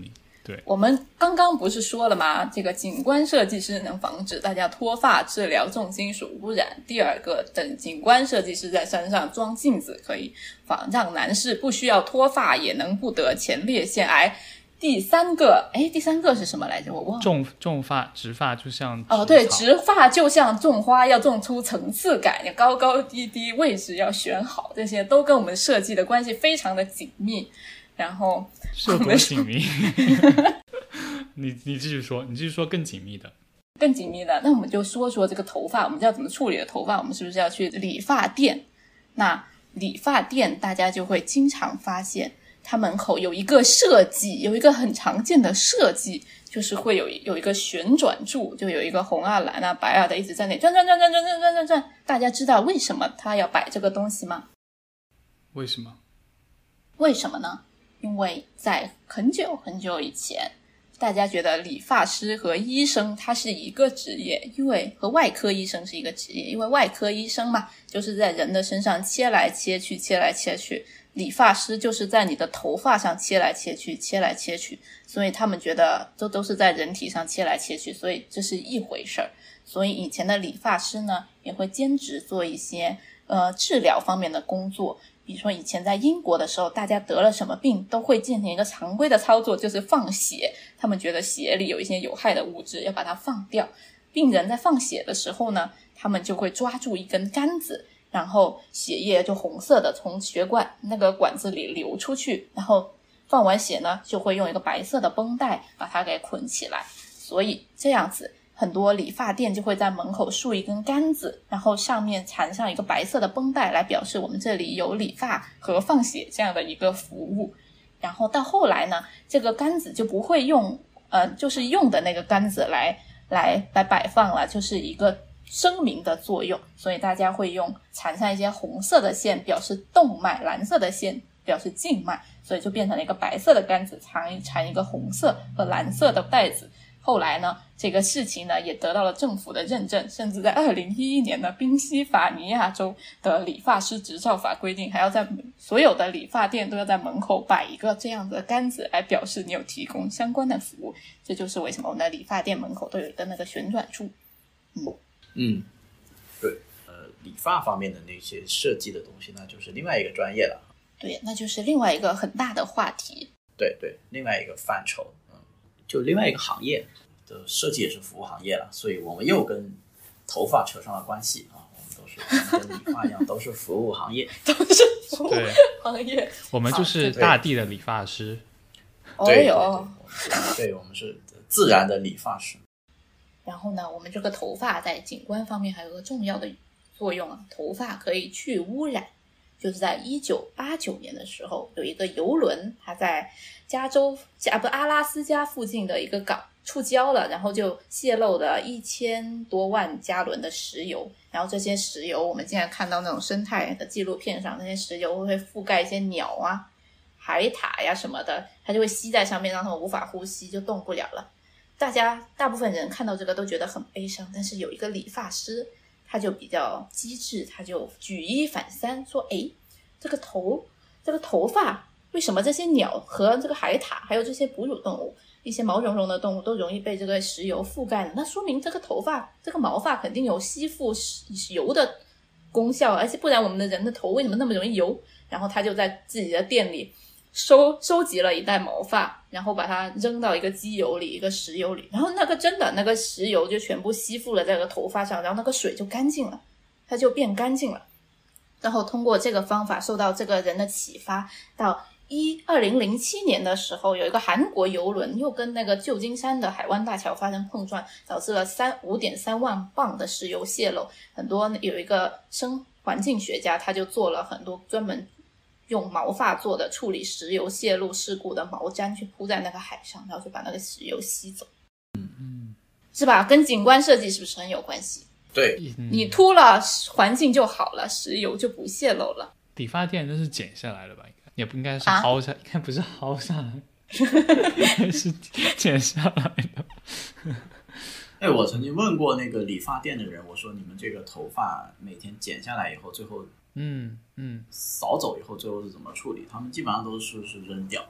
对， 我们刚刚不是说了吗？这个景观设计师能防止大家脱发，治疗重金属污染。第二个，等景观设计师在身上装镜子，可以防让男士不需要脱发也能不得前列腺癌。第三个，哎，第三个是什么来着？我忘了。 种种发植发就像哦，对，植发就像种花，要种出层次感，你高高低低，位置要选好，这些都跟我们设计的关系非常的紧密。然后是有多紧密？你你继续说，你继续说更紧密的。 更紧密的，那我们就说说这个头发，我们知道怎么处理的头发，我们是不是要去理发店？那理发店大家就会经常发现，它门口有一个设计，有一个很常见的设计，就是会有有一个旋转柱，就有一个红啊、蓝啊、白啊的一直在那转转转转转转转转转。大家知道为什么他要摆这个东西吗？ 为什么？ 为什么呢？因为在很久很久以前，大家觉得理发师和医生他是一个职业，因为和外科医生是一个职业，因为外科医生嘛，就是在人的身上切来切去切来切去，理发师就是在你的头发上切来切去切来切去，所以他们觉得这都是在人体上切来切去，所以这是一回事儿。所以以前的理发师呢，也会兼职做一些呃治疗方面的工作。比如说以前在英国的时候，大家得了什么病都会进行一个常规的操作，就是放血。他们觉得血里有一些有害的物质，要把它放掉。病人在放血的时候呢，他们就会抓住一根杆子，然后血液就红色的从血管那个管子里流出去，然后放完血呢，就会用一个白色的绷带把它给捆起来。所以这样子很多理发店就会在门口竖一根杆子，然后上面缠上一个白色的绷带，来表示我们这里有理发和放血这样的一个服务。然后到后来呢，这个杆子就不会用呃，就是用的那个杆子来来来摆放了，就是一个声明的作用，所以大家会用缠上一些红色的线表示动脉，蓝色的线表示静脉，所以就变成了一个白色的杆子缠缠一个红色和蓝色的带子。后来呢，这个事情呢也得到了政府的认证，甚至在二零一一年的宾夕法尼亚州的理发师执照法规定，还要在所有的理发店都要在门口摆一个这样的杆子，来表示你有提供相关的服务。这就是为什么我们的理发店门口都有一个那个旋转柱。嗯嗯，对，呃，理发方面的那些设计的东西，那就是另外一个专业了。 对，那就是另外一个很大的话题。 对对，另外一个范畴。就另外一个行业的设计也是服务行业了，所以我们又跟头发扯上了关系啊。我们都是跟理发一样，都是服务行业， 都是服务行业。 我们就是大地的理发师。 对哦，对，我们是自然的理发师。 然后呢，我们这个头发在景观方面还有个重要的作用啊，头发可以去污染。就是在一九八九年的时候，有一个邮轮，它在加州加不阿拉斯加附近的一个港触礁了，然后就泄漏了一千多万加仑的石油。然后这些石油，我们现在看到那种生态的纪录片上，那些石油会覆盖一些鸟啊、海獭呀什么的，它就会吸在上面，让它们无法呼吸，就动不了了。大家大部分人看到这个都觉得很悲伤，但是有一个理发师，他就比较机智，他就举一反三，说诶，这个头这个头发为什么这些鸟和这个海獭还有这些哺乳动物，一些毛茸茸的动物都容易被这个石油覆盖呢？那说明这个头发这个毛发肯定有吸附油的功效，而且不然我们的人的头为什么那么容易油？然后他就在自己的店里收收集了一袋毛发，然后把它扔到一个机油里，一个石油里，然后那个真的那个石油就全部吸附了在这个头发上，然后那个水就干净了，它就变干净了。然后通过这个方法受到这个人的启发，到一二零零七年的时候，有一个韩国邮轮又跟那个旧金山的海湾大桥发生碰撞，导致了三五点三万磅的石油泄漏。很多有一个生环境学家，他就做了很多专门用毛发做的处理石油泄露事故的毛毡，去铺在那个海上，然后就把那个石油吸走。 嗯嗯，是吧？跟景观设计是不是很有关系？ 对， 你秃了，环境就好了，石油就不泄漏了。 理发店这是剪下来的吧？应该也不应该是薅下，啊、应该不是薅下来，是剪下来的。 哎，我曾经问过那个理发店的人，我说你们这个头发每天剪下来以后，最后嗯嗯扫走以后，最后是怎么处理？他们基本上都是是扔掉，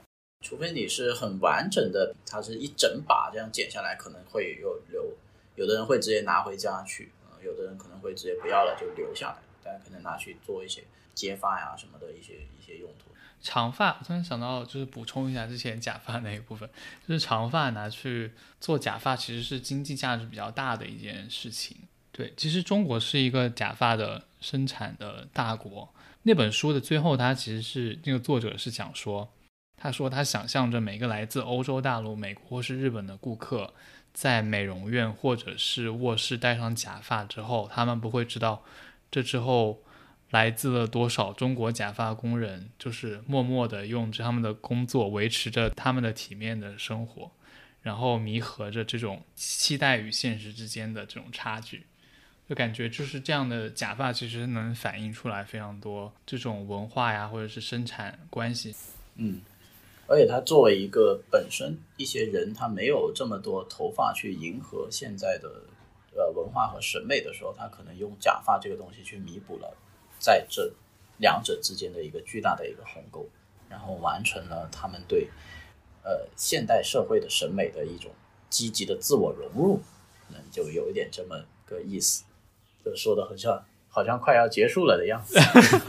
除非你是很完整的，它是一整把这样剪下来，可能会有留，有的人会直接拿回家去，呃、有的人可能会直接不要了就留下来，大家可能拿去做一些接发呀什么的一些一些用途。 长发，我突然想到，就是补充一下之前假发那一部分，就是长发拿去做假发，其实是经济价值比较大的一件事情。对，其实中国是一个假发的生产的大国。那本书的最后，他其实是那个作者是讲说，他说他想象着每个来自欧洲大陆、美国或是日本的顾客，在美容院或者是卧室戴上假发之后，他们不会知道这之后来自了多少中国假发工人，就是默默地用着他们的工作维持着他们的体面的生活，然后弥合着这种期待与现实之间的这种差距。就感觉就是这样的假发其实能反映出来非常多这种文化呀或者是生产关系。 嗯，而且他作为一个本身一些人他没有这么多头发去迎合现在的呃文化和审美的时候，他可能用假发这个东西去弥补了在这两者之间的一个巨大的一个鸿沟，然后完成了他们对呃现代社会的审美的一种积极的自我融入，可能就有一点这么个意思。就说的好像好像快要结束了的样子。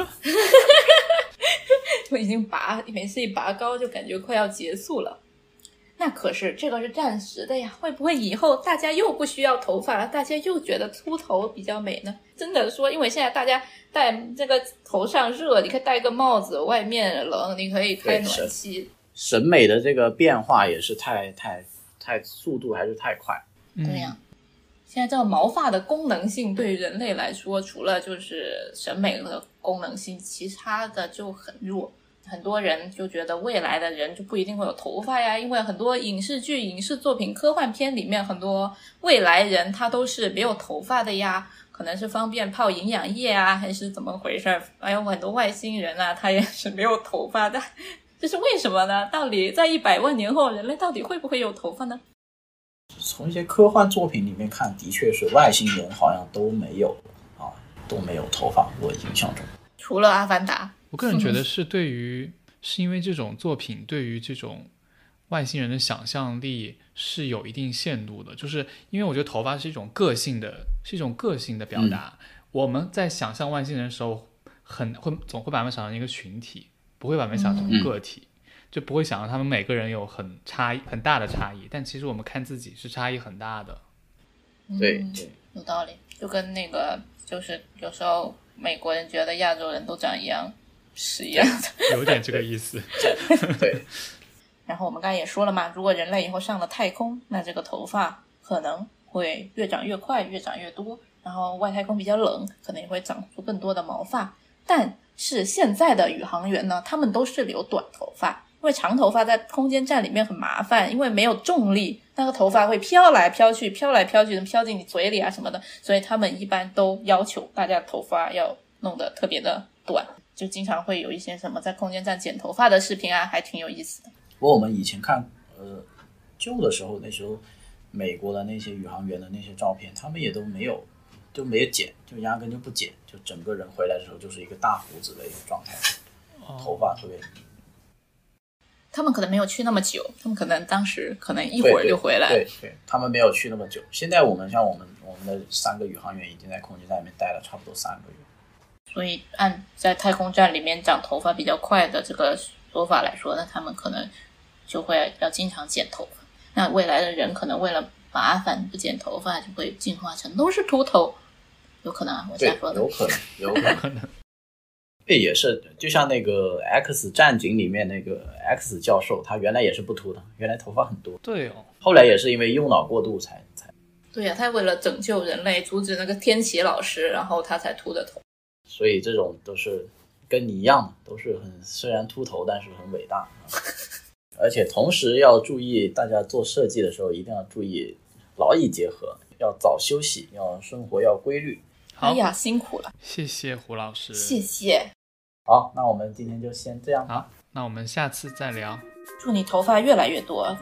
我已经拔每次一拔高就感觉快要结束了。那可是这个是暂时的呀，会不会以后大家又不需要头发了，大家又觉得秃头比较美呢？真的说，因为现在大家戴这个头上热，你可以戴个帽子，外面冷你可以开暖气， 审美的这个变化也是太太太速度还是太快。 对呀、啊。现在这个毛发的功能性对人类来说，除了就是审美的功能性，其他的就很弱。很多人就觉得未来的人就不一定会有头发呀，因为很多影视剧、影视作品、科幻片里面很多未来人他都是没有头发的呀，可能是方便泡营养液啊，还是怎么回事？还有很多外星人啊，他也是没有头发的，这是为什么呢？到底在一百万年后，人类到底会不会有头发呢？ 从一些科幻作品里面看，的确是外星人好像都没有啊，都没有头发，我印象中。 除了阿凡达。 我个人觉得是对于是因为这种作品对于这种外星人的想象力是有一定限度的，就是因为我觉得头发是一种个性的是一种个性的表达、嗯、我们在想象外星人的时候很会总会把他们想成一个群体，不会把他们想成个体、嗯、就不会想到他们每个人有很差异很大的差异，但其实我们看自己是差异很大的。 对、 嗯、有道理，就跟那个就是有时候美国人觉得亚洲人都长一样是一样的， 有点这个意思。 对。 然后我们刚才也说了嘛，如果人类以后上了太空，那这个头发可能会越长越快，越长越多。然后外太空比较冷，可能也会长出更多的毛发。但是现在的宇航员呢，他们都是留短头发，因为长头发在空间站里面很麻烦，因为没有重力，那个头发会飘来飘去，飘来飘去，飘进你嘴里啊什么的，所以他们一般都要求大家头发要弄得特别的短。就经常会有一些什么在空间站剪头发的视频啊，还挺有意思的。 不过我们以前看呃旧的时候，那时候美国的那些宇航员的那些照片，他们也都没有就没有剪，就压根就不剪，就整个人回来的时候就是一个大胡子的一个状态，头发特别。 他们可能没有去那么久，他们可能当时可能一会儿就回来了。 对 对, 对, 对，他们没有去那么久。现在我们像我们我们的三个宇航员已经在空间站里面待了差不多三个月。 所以按在太空站里面长头发比较快的这个说法来说，那他们可能就会要经常剪头发。那未来的人可能为了麻烦不剪头发，就会进化成都是秃头，有可能啊，我瞎说的。 有可能，有可能。这也是就像那个 X 战警里面那个 X 教授，他原来也是不秃的，原来头发很多。 对哦。 后来也是因为用脑过度才才。 对呀、啊，他为了拯救人类，阻止那个天启老师，然后他才秃的头。 所以这种都是跟你一样，都是很虽然秃头，但是很伟大。而且同时要注意，大家做设计的时候一定要注意劳逸结合，要早休息，要生活要规律。 哎呀，辛苦了， 谢谢胡老师。 谢谢。 好，那我们今天就先这样。 好，那我们下次再聊。 祝你头发越来越多。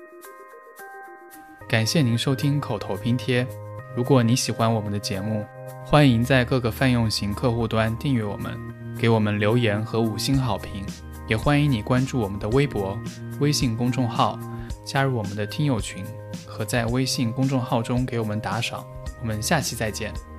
感谢您收听口头拼贴。如果你喜欢我们的节目，欢迎在各个泛用型客户端订阅我们，给我们留言和五星好评，也也欢迎你关注我们的微博、微信公众号，加入我们的听友群和在微信公众号中给我们打赏。我们下期再见。